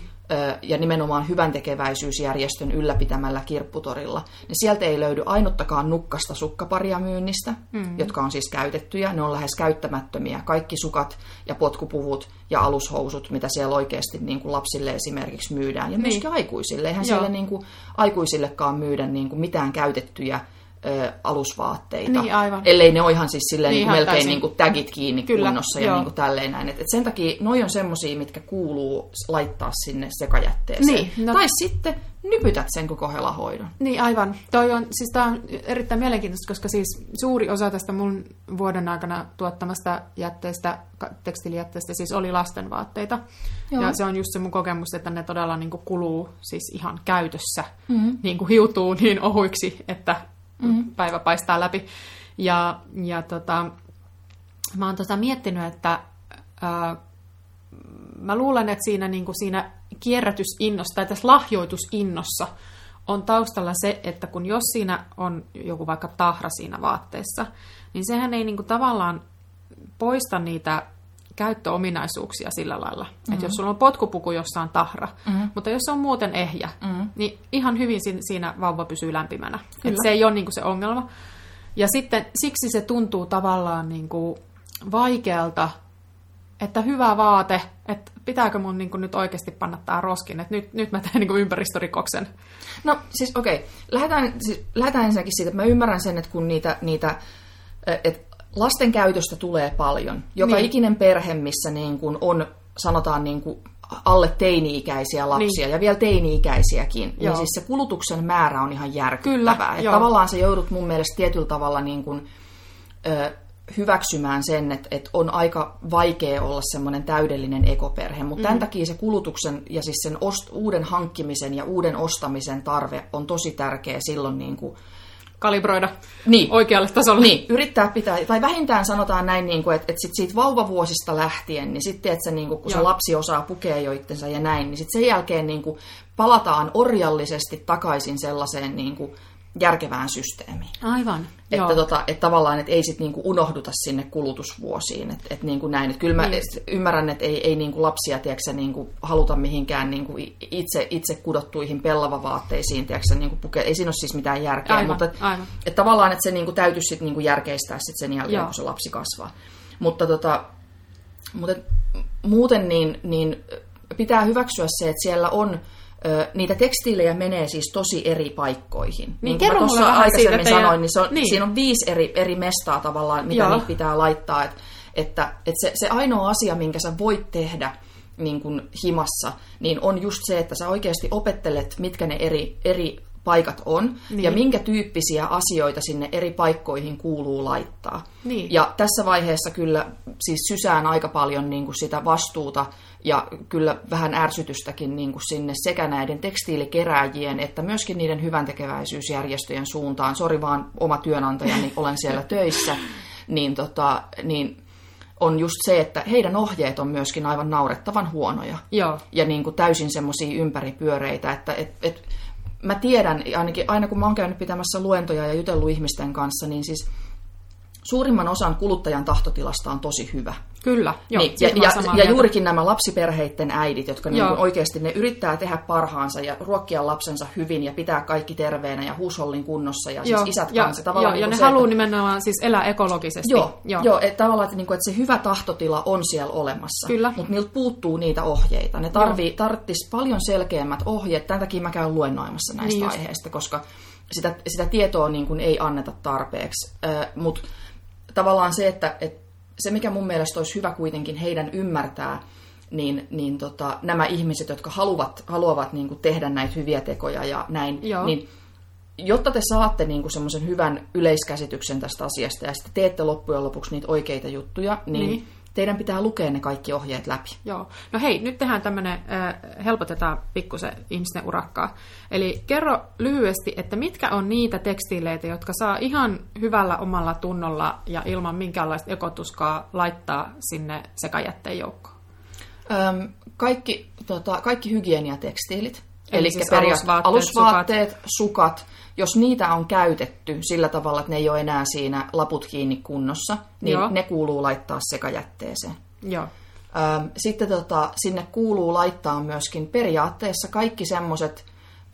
ja nimenomaan hyväntekeväisyysjärjestön ylläpitämällä kirpputorilla, niin sieltä ei löydy ainuttakaan nukkasta sukkaparia myynnistä, jotka on siis käytettyjä. Ne on lähes käyttämättömiä. Kaikki sukat ja potkupuvut ja alushousut, mitä siellä oikeasti niin kuin lapsille esimerkiksi myydään. Ja myöskin aikuisille. Eihän siellä niin kuin aikuisillekaan myydä niin kuin mitään käytettyjä alusvaatteita, ellei ne ole ihan siis silleen niin melkein niin kuin tagit kiinni kunnossa ja niin kuin tälleen näin. Et sen takia noi on semmosia, mitkä kuuluu laittaa sinne sekajätteeseen. Tai sitten nypytät sen koko helahoidon. Niin aivan. Tämä on erittäin mielenkiintoista, koska siis suuri osa tästä mun vuoden aikana tuottamasta tekstiilijätteestä siis oli lastenvaatteita. Ja se on just se mun kokemus, että ne todella niin kuin kuluu siis ihan käytössä, niin kuin hiutuu niin ohuiksi, että päivä paistaa läpi. Ja mä oon miettinyt, että mä luulen, että siinä kierrätysinnossa tai tässä lahjoitusinnossa on taustalla se, että kun jos siinä on joku vaikka tahra siinä vaatteessa, niin sehän ei niinku tavallaan poista niitä käyttöominaisuuksia sillä lailla. Että jos sulla on potkupuku, jossa on tahra, mutta jos se on muuten ehjä, niin ihan hyvin siinä vauva pysyy lämpimänä. Että se ei ole niinku se ongelma. Ja sitten siksi se tuntuu tavallaan niinku vaikealta, että hyvä vaate, että pitääkö mun niin kuin nyt oikeasti panna tää roskin, että nyt mä teen niin kuin ympäristörikoksen. No siis okei, lähdetään ensinnäkin siitä, että mä ymmärrän sen, että kun niitä että lasten käytöstä tulee paljon. Joka ikinen perhe, missä niin kuin on, sanotaan niin kuin alle teini-ikäisiä lapsia ja vielä teini-ikäisiäkin, niin siis se kulutuksen määrä on ihan järkyttävää. Että tavallaan sä joudut mun mielestä tietyllä tavalla niin kuin, hyväksymään sen, että on aika vaikea olla semmoinen täydellinen ekoperhe, mutta tämän takia se kulutuksen ja siis sen uuden hankkimisen ja uuden ostamisen tarve on tosi tärkeä silloin niin kuin kalibroida oikealle tasolle. Niin, yrittää pitää, tai vähintään sanotaan näin, niin kuin, että sit siitä vauvavuosista lähtien, niin sitten, että niin kuin, kun se lapsi osaa pukea jo itsensä ja näin, niin sitten sen jälkeen niin kuin, palataan orjallisesti takaisin sellaiseen niin kuin, järkevään systeemiin. Aivan. Että tavallaan että ei sitten niinku unohduta sinne kulutusvuosiin. Että niinku näin. Että kyllä mä ymmärrän, että ei niinku lapsia niinku haluta mihinkään niinku itse kudottuihin pellavavaatteisiin. Niinku ei siinä ole siis mitään järkeä. Aivan, mutta että tavallaan että se niinku täytyisi sit niinku järkeistää sit sen jälkeen, kun se lapsi kasvaa. Mutta muuten niin pitää hyväksyä se, että siellä on niitä tekstiilejä menee siis tosi eri paikkoihin. Niin kuin mä tuossa aikaisemmin sanoin, niin siinä on 5 eri mestaa tavallaan, mitä niitä pitää laittaa. Että se ainoa asia, minkä sä voit tehdä niin kuin himassa, niin on just se, että sä oikeasti opettelet, mitkä ne eri paikat on, ja minkä tyyppisiä asioita sinne eri paikkoihin kuuluu laittaa. Niin. Ja tässä vaiheessa kyllä siis sysään aika paljon niin kuin sitä vastuuta, ja kyllä vähän ärsytystäkin niin kuin sinne sekä näiden tekstiilikerääjien, että myöskin niiden hyväntekeväisyysjärjestöjen suuntaan. Sori vaan oma työnantajani, olen siellä töissä, niin on just se, että heidän ohjeet on myöskin aivan naurettavan huonoja. Joo. Ja niin kuin täysin semmoisia ympäripyöreitä, että mä tiedän, ainakin aina kun mä oon käynyt pitämässä luentoja ja jutellut ihmisten kanssa, niin siis suurimman osan kuluttajan tahtotilasta on tosi hyvä. Kyllä, joo. Niin, ja juurikin nämä lapsiperheiden äidit, jotka niin oikeasti ne yrittää tehdä parhaansa ja ruokkia lapsensa hyvin ja pitää kaikki terveenä ja huushollin kunnossa ja siis isät kanssa. Joo, ja ne haluaa nimenomaan siis elää ekologisesti. Joo, että tavallaan, että se hyvä tahtotila on siellä olemassa, mutta niiltä puuttuu niitä ohjeita. Ne tarvitsisi paljon selkeämmät ohjeet, tämän takia mä käyn luennoimassa näistä aiheista, koska sitä tietoa niin kuin ei anneta tarpeeksi, mutta tavallaan se, että se, mikä mun mielestä olisi hyvä kuitenkin heidän ymmärtää, niin nämä ihmiset, jotka haluavat niin kuin tehdä näitä hyviä tekoja ja näin, niin jotta te saatte niin kuin semmoisen hyvän yleiskäsityksen tästä asiasta ja sitten teette loppujen lopuksi niitä oikeita juttuja, niin teidän pitää lukea ne kaikki ohjeet läpi. Joo. No hei, nyt tehdään tämmöinen, helpotetaan pikkusen ihmisten urakkaa. Eli kerro lyhyesti, että mitkä on niitä tekstiileitä, jotka saa ihan hyvällä omalla tunnolla ja ilman minkäänlaista ekotuskaa laittaa sinne sekajätteen joukkoon? Kaikki hygieniatekstiilit. Eli siis alusvaatteet, sukat. Jos niitä on käytetty sillä tavalla, että ne ei ole enää siinä laput kiinni kunnossa, niin ne kuuluu laittaa sekajätteeseen. Joo. Sitten sinne kuuluu laittaa myöskin periaatteessa kaikki semmoiset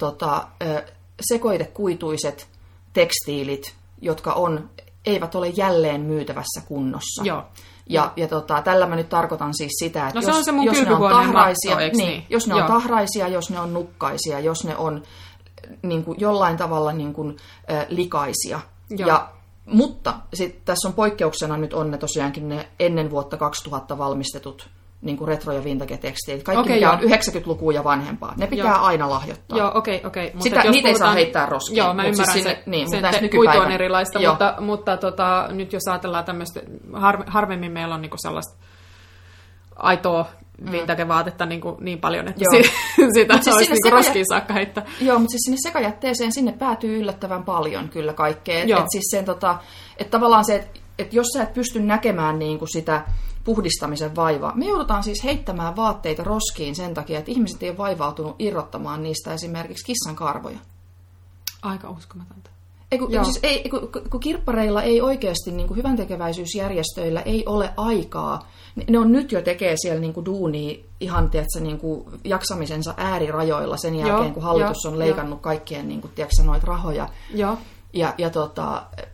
sekoitekuituiset tekstiilit, jotka eivät ole jälleen myytävässä kunnossa. Joo. Ja tällä mä nyt tarkoitan siis sitä, että jos ne on tahraisia, jos ne on tahraisia, jos ne on nukkaisia, jos ne on niin kuin jollain tavalla niin kuin, likaisia. Mutta sit, tässä on poikkeuksena nyt on ne tosiaankin ne ennen vuotta 2000 valmistetut niin kuin retro- ja vintage-tekstiilit. Kaikki, mikä on 90-lukua ja vanhempaa. Ne pitää aina lahjoittaa. Joo, okei. Niitä ei saa heittää roskiin. Joo, mä ymmärrän siis sen kuitu on erilaista, mutta nyt jos ajatellaan tämmöistä, harvemmin meillä on niinku sellaista aitoa vintage-vaatetta niin paljon, että siitä olisi niinku roskiin saakka heittää. Joo, mutta siis sinne sekajätteeseen sinne päätyy yllättävän paljon kyllä kaikkea. Että tavallaan se, että jos sä et pysty näkemään niinku sitä puhdistamisen vaivaa. Me joudutaan siis heittämään vaatteita roskiin sen takia, että ihmiset ei ole vaivautunut irrottamaan niistä esimerkiksi kissan karvoja. Aika uskomatonta. Kun kirppareilla ei oikeasti, niin kuin hyväntekeväisyysjärjestöillä ei ole aikaa, ne on nyt jo tekee siellä niin kuin duunia ihan niin kuin jaksamisensa äärirajoilla sen jälkeen, kun hallitus on leikannut kaikkien niin kuin, noita rahoja. Joo. Ja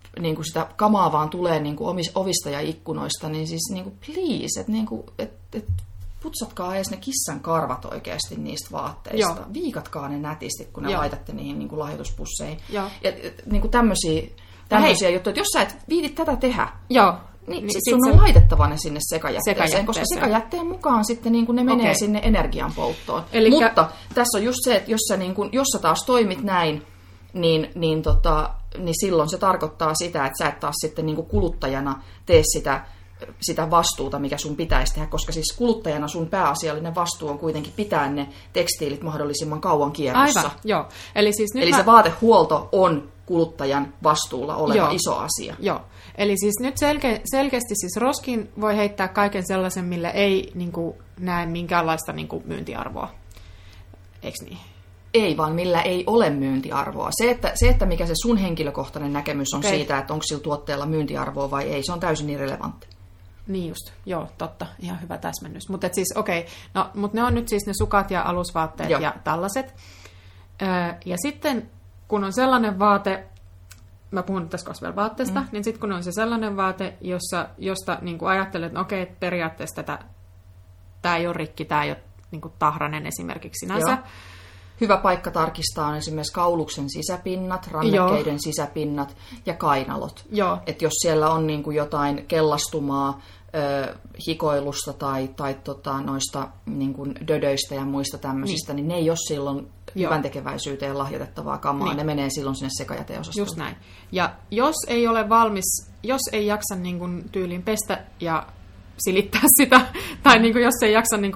niin kuin sitä kamaa vaan tulee niin kuin ovista ja ikkunoista, niin siis niin kuin please, että niin kuin, putsatkaa edes ne kissan karvat oikeasti niistä vaatteista. Joo. Viikatkaa ne nätisti, kun ne laitatte niihin niin kuin lahjoituspusseihin. Ja niin kuin tämmöisiä juttuja, että jos sä et viiti tätä tehdä, niin sit sun on laitettava ne sinne sekajätteeseen, koska sekajätteen mukaan sitten niin kuin ne menee sinne energianpolttoon. Mutta tässä on just se, että jos sä taas toimit näin, niin silloin se tarkoittaa sitä, että sä et taas sitten niin kuin kuluttajana tee sitä vastuuta, mikä sun pitäisi tehdä, koska siis kuluttajana sun pääasiallinen vastuu on kuitenkin pitää ne tekstiilit mahdollisimman kauan kierrossa. Aivan, joo. Eli se vaatehuolto on kuluttajan vastuulla oleva iso asia. Joo. Eli siis nyt selkeästi siis roskiin voi heittää kaiken sellaisen, millä ei niin kuin, näe minkäänlaista niin kuin, myyntiarvoa. Eikö niin? Ei, vaan millä ei ole myyntiarvoa. Se, että mikä se sun henkilökohtainen näkemys on siitä, että onko sillä tuotteella myyntiarvoa vai ei, se on täysin irrelevantti. Niin just, joo, totta. Ihan hyvä täsmennys. Mutta siis mut ne on nyt siis ne sukat ja alusvaatteet ja tällaiset. Ja sitten, kun on sellainen vaate, mä puhun nyt tässä kohdassa vielä vaatteesta, niin sitten kun on se sellainen vaate, josta niin kuin ajattelet, että okei, periaatteessa tämä ei ole rikki, tämä ei ole niin kuin tahrainen esimerkiksi sinänsä. Hyvä paikka tarkistaa on esimerkiksi kauluksen sisäpinnat, rannekkeiden sisäpinnat ja kainalot. Et jos siellä on niin kuin jotain kellastumaa, hikoilusta tai noista niin kuin dödöistä ja muista tämmöisistä, niin ne ei ole silloin hyväntekeväisyyteen lahjoitettavaa kamaa. Niin. Ne menee silloin sinne sekajäteosastoon. Just näin. Ja jos ei ole valmis, jos ei jaksa niin kuin tyyliin pestä ja silittää sitä, tai niin kuin jos ei jaksa niin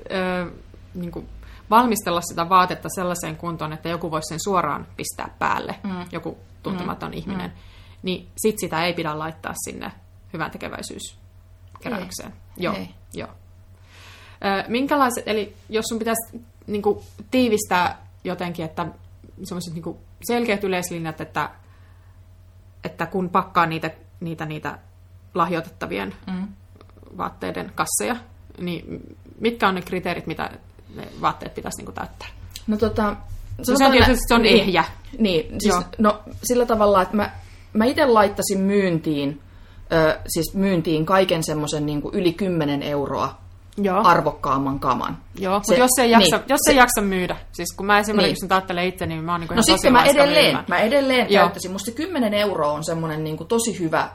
kuin valmistella sitä vaatetta sellaiseen kuntoon, että joku voisi sen suoraan pistää päälle, joku tuntematon ihminen, niin sit sitä ei pidä laittaa sinne hyväntekeväisyyskeräykseen. Joo. Minkälaiset, eli jos sun pitäisi niin kuin tiivistää jotenkin, että sellaiset niin kuin selkeät yleislinjat, että kun pakkaa niitä lahjoitettavien vaatteiden kasseja, niin mitkä on ne kriteerit, mitä ne vaatteet pitäisi niin kuin täyttää? No se on ehjä. Niin, siis, sillä tavalla, että mä itse laittaisin myyntiin kaiken semmoisen niin kuin yli 10 euroa arvokkaamman kaman. Joo, mutta jos ei jaksa myydä, siis kun mä esimerkiksi nyt ajattelen itse, niin mä oon niin ihan tosi laiska mä edelleen käyttäisin. Musta 10 euroa on semmoinen niin kuin tosi hyvä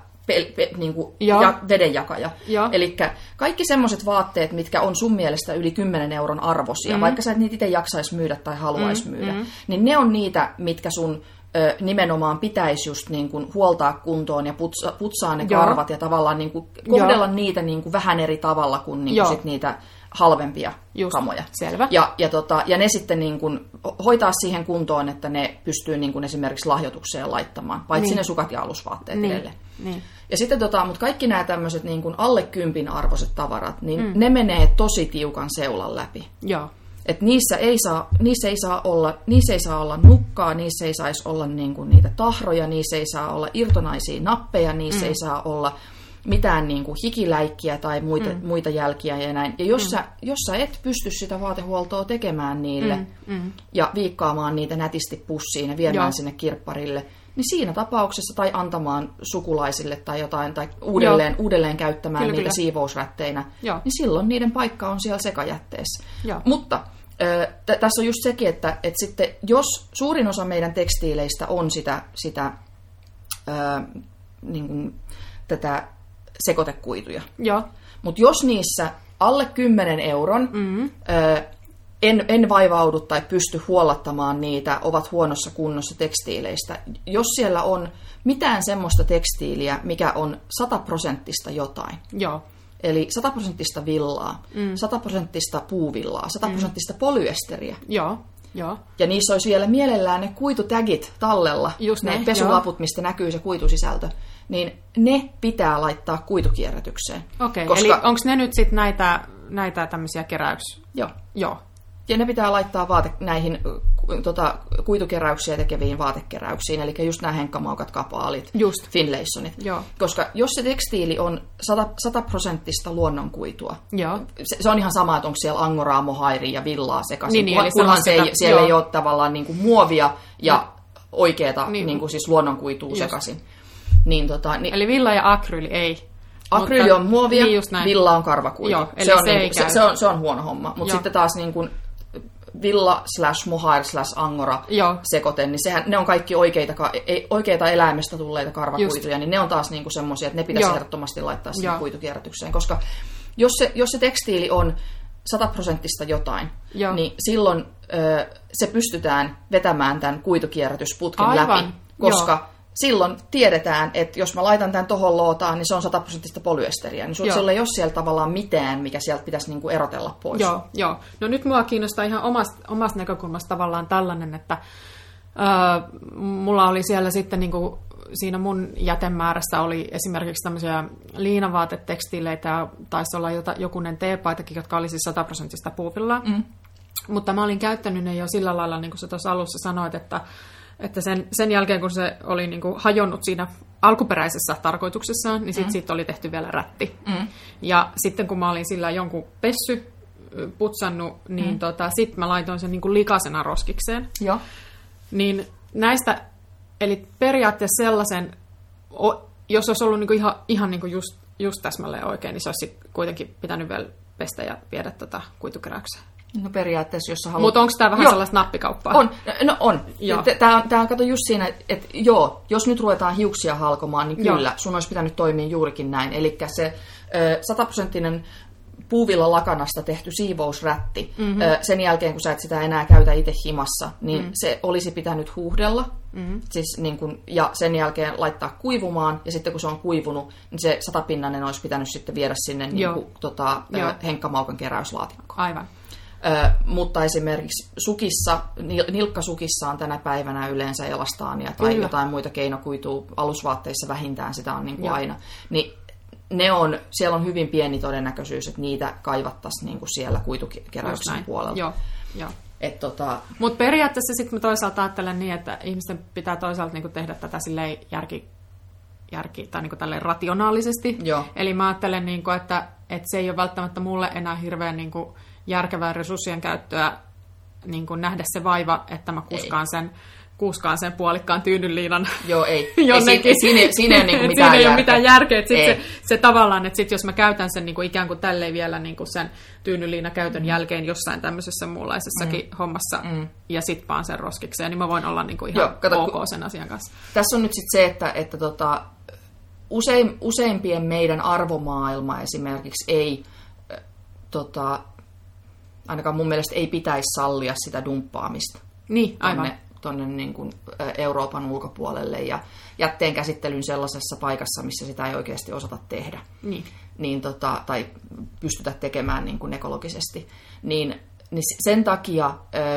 vedenjakaja. Eli kaikki semmoiset vaatteet, mitkä on sun mielestä yli 10 euron arvoisia, vaikka sä et niitä itse jaksaisi myydä tai haluaisi myydä, niin ne on niitä, mitkä sun nimenomaan pitäisi just niin kuin huoltaa kuntoon ja putsaa ne karvat ja tavallaan niin kuin kohdella niitä niin kuin vähän eri tavalla kuin, niin kuin sit niitä halvempia kamoja. Selvä. Ja ne sitten niin kuin hoitaa siihen kuntoon, että ne pystyy niin kuin esimerkiksi lahjoitukseen laittamaan, paitsi ne sukat ja alusvaatteet edelleen. Niin. Ja sitten mutta kaikki nämä tämmöiset niin kuin alle 10 arvoiset tavarat, niin ne menee tosi tiukan seulan läpi. Joo. Et niissä ei saa olla nukkaa, niissä ei saisi olla niin kuin niitä tahroja, niissä ei saa olla irtonaisia nappeja, niissä ei saa olla mitään niin kuin hikiläikkiä tai muita jälkiä ja näin. Ja jos sä et pysty sitä vaatehuoltoa tekemään niille ja viikkaamaan niitä nätisti pussiin ja viemään sinne kirpparille, niin siinä tapauksessa tai antamaan sukulaisille tai jotain tai uudelleen käyttämään niitä siivousrätteinä, niin silloin niiden paikka on siellä sekajätteessä. Mutta tässä on just sekin, että sitten jos suurin osa meidän tekstiileistä on sitä niin kuin, tätä sekoitekuituja. Mutta jos niissä alle 10 euron en vaivaudu tai pysty huollattamaan niitä, ovat huonossa kunnossa tekstiileistä. Jos siellä on mitään semmoista tekstiiliä, mikä on 100% jotain. Eli 100% villaa, 100% puuvillaa, 100% polyesteriä. Ja niissä olisi vielä mielellään ne kuitutagit tallella, ne pesulaput, mistä näkyy se kuitusisältö, niin ne pitää laittaa kuitukierrätykseen. Okei, eli onko ne nyt sitten näitä tämmöisiä keräyksiä? Joo. Ja ne pitää laittaa näihin kuitukeräyksiä tekeviin vaatekeräyksiin, eli just nämä henkkamaukat, kapaalit, Finlaysonit. Koska jos se tekstiili on 100% luonnonkuitua, se on ihan sama, että onko siellä angoraa, mohairia ja villaa sekaisin, kunhan siellä ei ole tavallaan niin kuin muovia ja oikeata niin kuin siis luonnonkuitua sekaisin. Niin, eli villa ja akryyli ei. Akryyli on muovia, niin villa on karvakuitu. Joo, eli se on huono homma. Mutta sitten taas niin kuin villa/mohair/angora sekoite, niin ne on kaikki oikeita eläimestä tulleita karvakuituja, niin ne on taas niinku semmoisia, että ne pitäisi ehdottomasti laittaa sinne kuitukierrätykseen, koska jos se tekstiili on 100% jotain, niin silloin se pystytään vetämään tämän kuitukierrätysputken läpi, koska silloin tiedetään, että jos mä laitan tämän tohon lootaan, niin se on 100% polyesteriä. Niin sulla ei ole siellä tavallaan mitään, mikä sieltä pitäisi niinku erotella pois. Joo. No nyt mua kiinnostaa ihan omasta näkökulmasta tavallaan tällainen, että mulla oli siellä sitten niinku, siinä mun jätemäärässä oli esimerkiksi tämmöisiä liinavaatetekstiileitä ja taisi olla jokunen teepaitakin, jotka oli siis 100% puuvillaa. Mutta mä olin käyttänyt ne jo sillä lailla, niin kuin sä tuossa alussa sanoit, että sen jälkeen, kun se oli niin kuin hajonnut siinä alkuperäisessä tarkoituksessaan, niin siitä oli tehty vielä rätti. Ja sitten kun mä olin sillä jonkun putsannut, niin sitten mä laitoin sen niin kuin likaisena roskikseen. Joo. Niin näistä, eli periaatteessa sellaisen, jos olisi ollut niin kuin ihan niin kuin just täsmälleen oikein, niin se olisi kuitenkin pitänyt vielä pestä ja viedä kuitukeräykseen. No periaatteessa, jos sä haluat... Mutta onko tämä vähän sellaista nappikauppaa? On. Tämä on kato just siinä, että jos nyt ruvetaan hiuksia halkomaan, niin kyllä, sun olisi pitänyt toimia juurikin näin. Eli se 100% puuvilla lakanasta tehty siivousrätti, sen jälkeen kun sä et sitä enää käytä itse himassa, niin se olisi pitänyt huuhdella, siis niin kun, ja sen jälkeen laittaa kuivumaan, ja sitten kun se on kuivunut, niin se 100-pinnainen olisi pitänyt sitten viedä sinne niin kuin, Henkka-Maukan keräyslaatikkoon. Aivan. Mutta esimerkiksi nilkkasukissa on tänä päivänä yleensä elastaania tai jotain muita keinokuitua, alusvaatteissa vähintään sitä on niin kuin aina, niin siellä on hyvin pieni todennäköisyys, että niitä kaivattaisiin niin kuin siellä kuitukeräyksen puolella. Joo. Mutta periaatteessa sitten mä toisaalta ajattelen niin, että ihmisten pitää toisaalta niin kuin tehdä tätä silleen järki tai niin kuin tälleen rationaalisesti. Joo. Eli mä ajattelen, niin kuin, että se ei ole välttämättä mulle enää hirveän niin kuin järkevää resurssien käyttöä niin kuin nähdä se vaiva, että mä kuuskaan sen puolikkaan tyynynliinan. Joo, ei. Jonnekin. Siinä ei ole mitään järkeä. Se tavallaan, että sit, jos mä käytän sen niin kuin ikään kuin tälleen vielä niin kuin sen tyynynliinan käytön jälkeen jossain tämmöisessä muunlaisessakin hommassa ja sit vaan sen roskikseen, niin mä voin olla niin kuin ihan ok sen asian kanssa. Tässä on nyt sit se, että useimpien meidän arvomaailma esimerkiksi ei ainakaan mun mielestä ei pitäisi sallia sitä dumppaamista. Niin, aivan. Tuonne niin kuin Euroopan ulkopuolelle ja jätteen käsittelyn sellaisessa paikassa, missä sitä ei oikeasti osata tehdä. Niin, tai pystytä tekemään niin kuin ekologisesti. Niin sen takia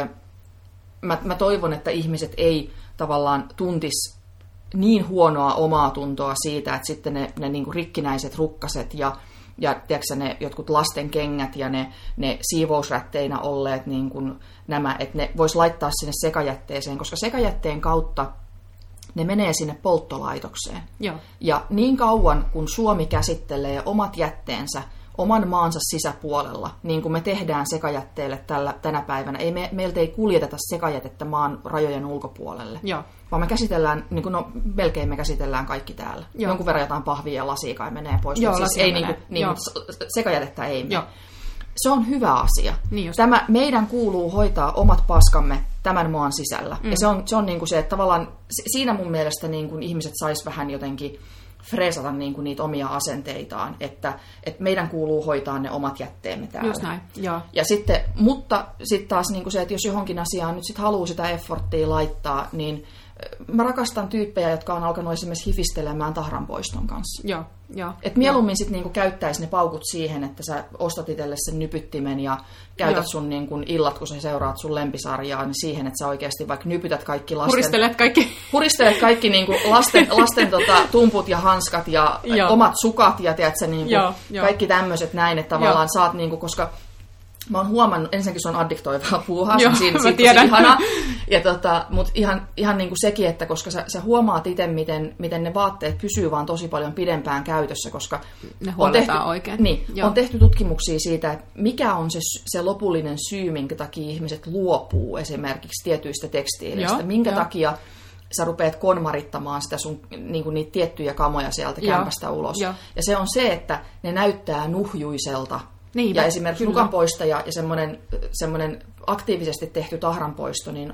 mä toivon, että ihmiset ei tavallaan tuntisi niin huonoa omaa tuntoa siitä, että sitten ne niin kuin rikkinäiset rukkaset ja tiedätkö, ne jotkut lasten kengät ja ne siivousrätteinä olleet niin kuin nämä, että ne vois laittaa sinne sekajätteeseen, koska sekajätteen kautta ne menee sinne polttolaitokseen. Joo. Ja niin kauan, kun Suomi käsittelee omat jätteensä oman maansa sisäpuolella, niin kuin me tehdään sekajätteelle tänä päivänä, meiltä ei kuljeteta sekajätettä maan rajojen ulkopuolelle. Joo. Vaan me käsitellään, niin kuin melkein me käsitellään kaikki täällä. Joo. Jonkun verran jotain pahvia ja lasia kai menee pois, mutta siis ei sekajätettä ei mene. Se on hyvä asia. Niin meidän kuuluu hoitaa omat paskamme tämän maan sisällä. Ja se on niin kuin se, että tavallaan siinä mun mielestä niin kuin ihmiset sais vähän jotenkin freesata niin kuin niitä omia asenteitaan, että meidän kuuluu hoitaa ne omat jätteemme täällä. Just näin, joo. Ja mutta sitten taas niin kuin se, että jos johonkin asiaan nyt sit haluaa sitä efforttia laittaa, niin mä rakastan tyyppejä, jotka on alkanut esimerkiksi hifistelemään tahranpoiston kanssa. Joo. Et mieluummin sitten niinku käyttäisi ne paukut siihen, että sä ostat itselle sen nypyttimen ja käytät sun niinku illat, kun sä seuraat sun lempisarjaa, niin siihen, että sä oikeasti vaikka nypytät kaikki Huristelet kaikki niinku lasten tumput ja hanskat ja omat sukat ja tiedätkö, niinku kaikki tämmöiset näin, että tavallaan saat, niinku, koska mä oon huomannut, ensinnäkin se on addiktoivaa puuhaa, joo, siinä tosi ihanaa, mutta ihan niin kuin sekin, että koska sä huomaat itse, miten ne vaatteet pysyy vaan tosi paljon pidempään käytössä, koska ne huolletaan oikein. Niin, on tehty tutkimuksia siitä, että mikä on se lopullinen syy, minkä takia ihmiset luopuu esimerkiksi tietyistä tekstiileistä, minkä takia sä rupeat konmarittamaan sitä sun, niin kuin niitä tiettyjä kamoja sieltä kämpästä ulos. Ja se on se, että ne näyttää nuhjuiselta. Niinpä, ja esimerkiksi nukanpoistaja ja semmoinen aktiivisesti tehty tahranpoisto, niin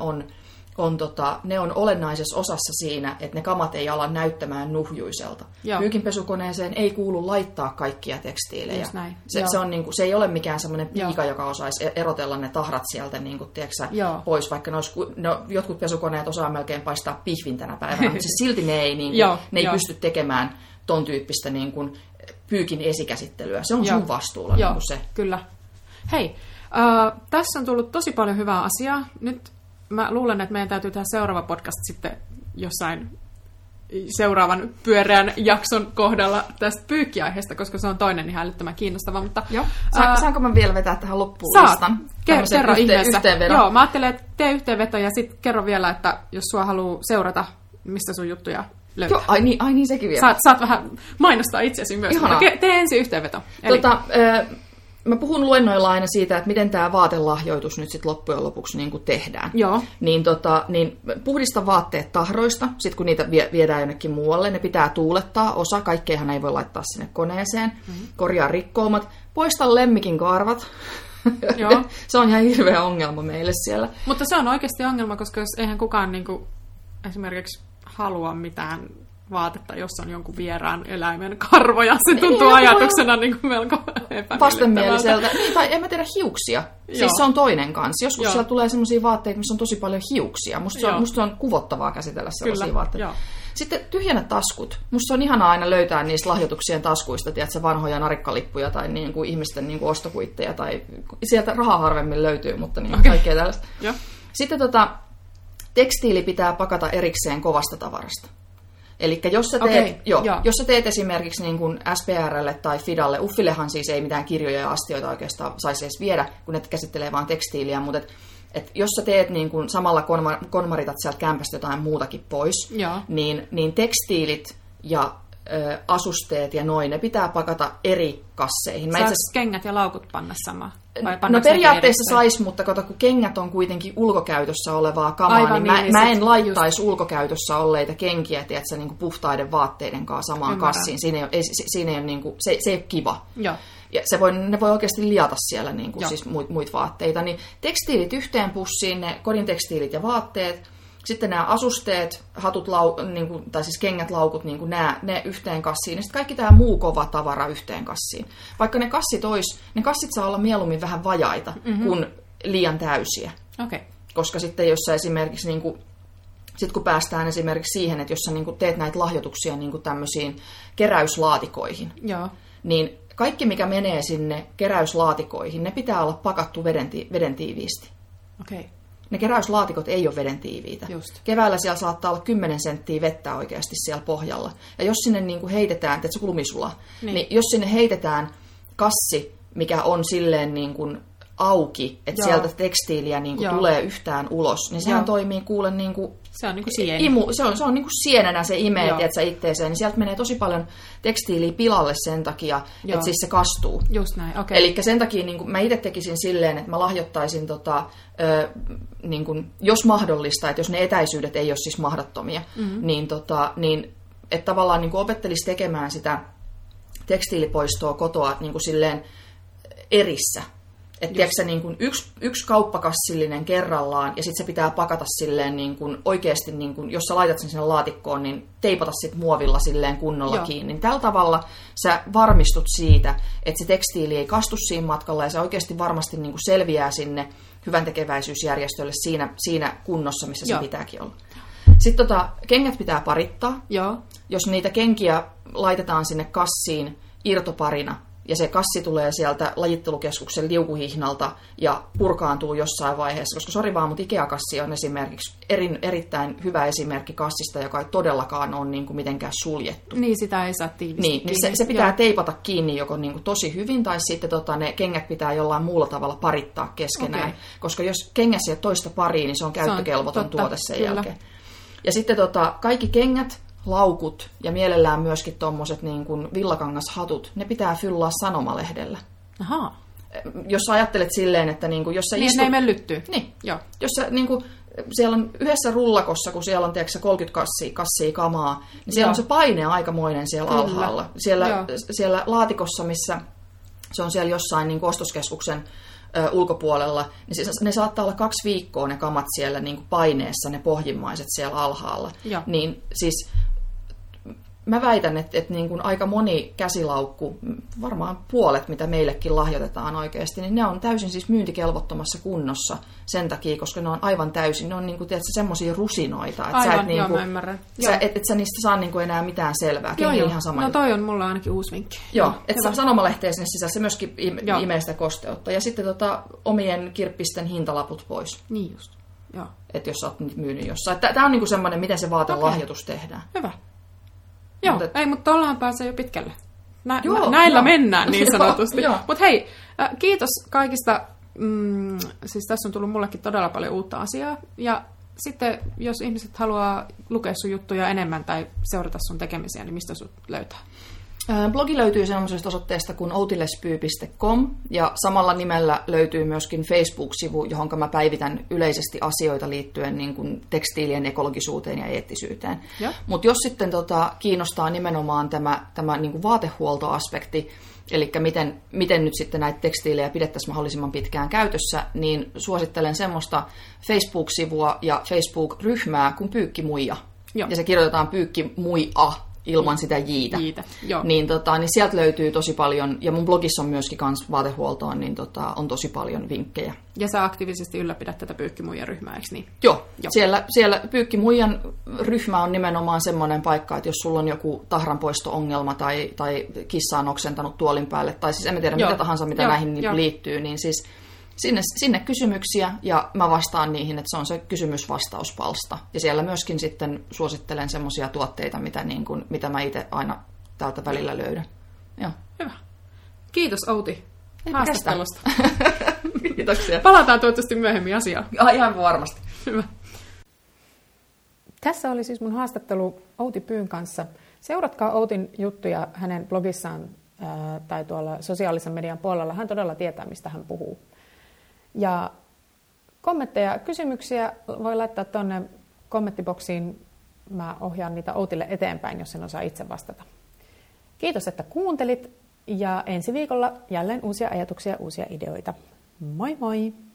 ne on olennaisessa osassa siinä, että ne kamat ei ala näyttämään nuhjuiselta. Pyykinpesukoneeseen ei kuulu laittaa kaikkia tekstiilejä. Se ei ole mikään semmoinen piika, joka osaisi erotella ne tahrat sieltä niin kuin, pois, vaikka jotkut pesukoneet osaa melkein paistaa pihvin tänä päivänä, mutta silti ne ei pysty tekemään ton tyyppistä niin kuin, pyykin esikäsittelyä. Se on sun vastuulla. Niin kuin se. Kyllä. Hei, tässä on tullut tosi paljon hyvää asiaa. Nyt mä luulen, että meidän täytyy tehdä seuraava podcast sitten jossain seuraavan pyöreän jakson kohdalla tästä pyykkiaiheesta, koska se on toinen ihan älyttömän kiinnostava. Mutta, saanko mä vielä vetää tähän loppuun listan? Kerro ihmeessä. Joo, mä ajattelen, että tee yhteenveto ja sitten kerro vielä, että jos sua haluaa seurata, mistä sun juttuja löytää. Joo, ai niin sekin vielä. Saat vähän mainostaa itsesi myös. Tee ensin yhteenveto. Mä puhun luennoilla aina siitä, että miten tämä vaatelahjoitus nyt sit loppujen lopuksi niin kuin tehdään. Joo. Niin puhdista vaatteet tahroista, sit kun niitä viedään jonnekin muualle, ne pitää tuulettaa. Osa, kaikkeihan ei voi laittaa sinne koneeseen. Korjaa rikkoumat. Poista lemmikin karvat. Joo. Se on ihan hirveä ongelma meille siellä. Mutta se on oikeasti ongelma, koska jos eihän kukaan niin kuin, esimerkiksi halua mitään vaatetta, jossa on jonkun vieraan eläimen karvoja. Se tuntuu ajatuksena niin kuin melko epämiellyttävältä. Vastenmieliseltä. Tai en mä tiedä hiuksia. Siis se on toinen kanssa. Joskus siellä tulee sellaisia vaatteita, missä on tosi paljon hiuksia. Musta on kuvottavaa käsitellä sellaisia vaatteita. Joo. Sitten tyhjennä taskut. Musta se on ihanaa aina löytää niistä lahjoituksien taskuista, tiedätkö, vanhoja narikkalippuja tai niin kuin ihmisten niin kuin ostokuitteja. Tai sieltä rahaa harvemmin löytyy, mutta niin kaikkea tällaista. Sitten tekstiili pitää pakata erikseen kovasta tavarasta. Eli jos sä teet esimerkiksi niin kuin SPRlle tai FIDalle, Uffillehan siis ei mitään kirjoja ja astioita oikeastaan saisi edes viedä, kun ne käsittelee vaan tekstiiliä, mutta jos sä teet niin kuin samalla konmaritat sieltä kämpästä jotain muutakin pois, niin tekstiilit ja asusteet ja noin, ne pitää pakata eri kasseihin. Saisi kengät ja laukut panna samaan? No periaatteessa saisi, mutta kato, kun kengät on kuitenkin ulkokäytössä olevaa kamaa, niin mä en laittaisi ulkokäytössä olleita kenkiä, tiedätkö, niin kuin puhtaiden vaatteiden kanssa samaan kassiin. Siinä ei ole, niin kuin, se ei ole kiva. Joo. Ja ne voi oikeasti liata siellä niin kuin, siis muita vaatteita. Niin tekstiilit yhteen pussiin, ne kodin tekstiilit ja vaatteet. Sitten nämä asusteet, hatut, niin kuin, tai siis kengät, laukut, niin kuin ne yhteen kassiin. Ja sitten kaikki tämä muu kova tavara yhteen kassiin. Vaikka ne kassit saa olla mieluummin vähän vajaita kuin liian täysiä. Okay. Koska sitten jos sä esimerkiksi, niin kuin, sit kun päästään esimerkiksi siihen, että jos sä niin kuin teet näitä lahjoituksia niin kuin tämmöisiin keräyslaatikoihin, niin kaikki mikä menee sinne keräyslaatikoihin, ne pitää olla pakattu veden tiiviisti. Okei. Okay. Ne keräyslaatikot ei ole veden tiiviitä. Just. Keväällä siellä saattaa olla 10 senttiä vettä oikeasti siellä pohjalla. Ja jos sinne niin kuin heitetään, että se klumisula, niin jos sinne heitetään kassi, mikä on silleen niin kuin auki, että sieltä tekstiiliä niin kuin tulee yhtään ulos, niin sehän toimii kuule niin kuin se on niin kuin sieni. Se on niin kuin sienenä se imee, tiedätkö, itteeseen, niin sieltä menee tosi paljon tekstiiliä pilalle sen takia, että siis se kastuu. Just näin, okei. Eli sen takia niin kuin mä itse tekisin silleen, että mä lahjoittaisin, niin kuin, jos mahdollista, että jos ne etäisyydet ei ole siis mahdottomia, niin että tavallaan niin kuin opettelisi tekemään sitä tekstiilipoistoa kotoa niin kuin silleen erissä. Että tiedätkö, niin kuin yksi kauppakassillinen kerrallaan, ja sitten se pitää pakata silleen niin kuin oikeasti, niin kuin, jos sä laitat sen sinne laatikkoon, niin teipata sitten muovilla silleen kunnolla kiinni. Niin tällä tavalla sä varmistut siitä, että se tekstiili ei kastu siinä matkalla, ja se oikeasti varmasti niin kuin selviää sinne hyväntekeväisyysjärjestölle siinä kunnossa, missä se pitääkin olla. Sitten kengät pitää parittaa. Joo. Jos niitä kenkiä laitetaan sinne kassiin irtoparina, ja se kassi tulee sieltä lajittelukeskuksen liukuhihnalta ja purkaantuu jossain vaiheessa, koska sori vaan, mutta Ikea-kassi on esimerkiksi erittäin hyvä esimerkki kassista, joka ei todellakaan ole niin kuin mitenkään suljettu. Niin, sitä ei saa tiivistää. Niin se pitää teipata kiinni joko niin kuin tosi hyvin, tai sitten ne kengät pitää jollain muulla tavalla parittaa keskenään, koska jos kengässä ei ole toista pariin, niin se on käyttökelvoton tuote sen jälkeen. Ja sitten kaikki kengät, laukut ja mielellään myöskin tommoset niin kuin villakangashatut, ne pitää fyllaa sanomalehdellä. Ahaa. Jos ajattelet silleen, että niin kuin, jos sä istut... ne ei mene lyttyy. Niin. Joo. Jos sä niin kuin siellä on yhdessä rullakossa, kun siellä on 30 kassia kamaa, niin siellä on se paine aikamoinen siellä alhaalla. Siellä laatikossa, missä se on siellä jossain niin ostoskeskuksen ulkopuolella, niin ne saattaa olla 2 viikkoa ne kamat siellä niin kuin paineessa, ne pohjimmaiset siellä alhaalla. Niin siis mä väitän, että niin kuin aika moni käsilaukku, varmaan puolet, mitä meillekin lahjoitetaan oikeasti, niin ne on täysin siis myyntikelvottomassa kunnossa sen takia, koska ne on aivan täysin, ne on niin kuin, tiedätkö, semmoisia rusinoita, että aivan, sä et, niin kuin, et sä niistä saa niin kuin enää mitään selvää. Joo. Ihan sama. No toi on mulla ainakin uusi vinkki. Joo, että sanomalehteen sinne sisällä, se myöskin imee sitä kosteutta. Ja sitten omien kirppisten hintalaput pois. Niin just, joo. Että jos sä oot niitä myynyt jossain. Tämä on niin kuin semmoinen, miten se vaatelahjoitus tehdään. Hyvä. Joo, mutta tuollahan pääsee jo pitkälle. Näillä mennään niin sanotusti. Mutta hei, kiitos kaikista. Siis tässä on tullut mullekin todella paljon uutta asiaa. Ja sitten, jos ihmiset haluaa lukea sun juttuja enemmän tai seurata sun tekemisiä, niin mistä sut löytää? Blogi löytyy sellaisesta osoitteesta kuin outilespy.com ja samalla nimellä löytyy myöskin Facebook-sivu, johon mä päivitän yleisesti asioita liittyen niin kuin tekstiilien ekologisuuteen ja eettisyyteen. Mutta jos sitten kiinnostaa nimenomaan tämä niin kuin vaatehuoltoaspekti, eli miten nyt sitten näitä tekstiilejä pidettäisiin mahdollisimman pitkään käytössä, niin suosittelen semmoista Facebook-sivua ja Facebook-ryhmää kuin Pyykkimuija. Ja se kirjoitetaan Pyykkimuia ilman sitä jiitä. Niin sieltä löytyy tosi paljon, ja mun blogissa on myöskin kans vaatehuoltoon, niin on tosi paljon vinkkejä. Ja sä aktiivisesti ylläpidät tätä Pyykkimuijan ryhmää, eikö niin? Joo. Siellä Pyykkimuijan ryhmä on nimenomaan semmoinen paikka, että jos sulla on joku tahranpoisto-ongelma tai kissa on oksentanut tuolin päälle, tai siis en tiedä mitä tahansa, mitä näihin liittyy, niin siis sinne kysymyksiä, ja mä vastaan niihin, että se on se kysymys-vastauspalsta. Ja siellä myöskin sitten suosittelen semmoisia tuotteita, mitä mä itse aina täältä välillä löydän. Joo. Hyvä. Kiitos Outi haastattelusta. Kiitoksia. Palataan toivottavasti myöhemmin asiaan. Ihan varmasti. Hyvä. Tässä oli siis mun haastattelu Outi Pyyn kanssa. Seuratkaa Outin juttuja hänen blogissaan tai tuolla sosiaalisen median puolella. Hän todella tietää, mistä hän puhuu. Ja kommentteja, kysymyksiä voi laittaa tuonne kommenttiboksiin. Mä ohjaan niitä Outille eteenpäin, jos en osaa itse vastata. Kiitos, että kuuntelit. Ja ensi viikolla jälleen uusia ajatuksia ja uusia ideoita. Moi moi!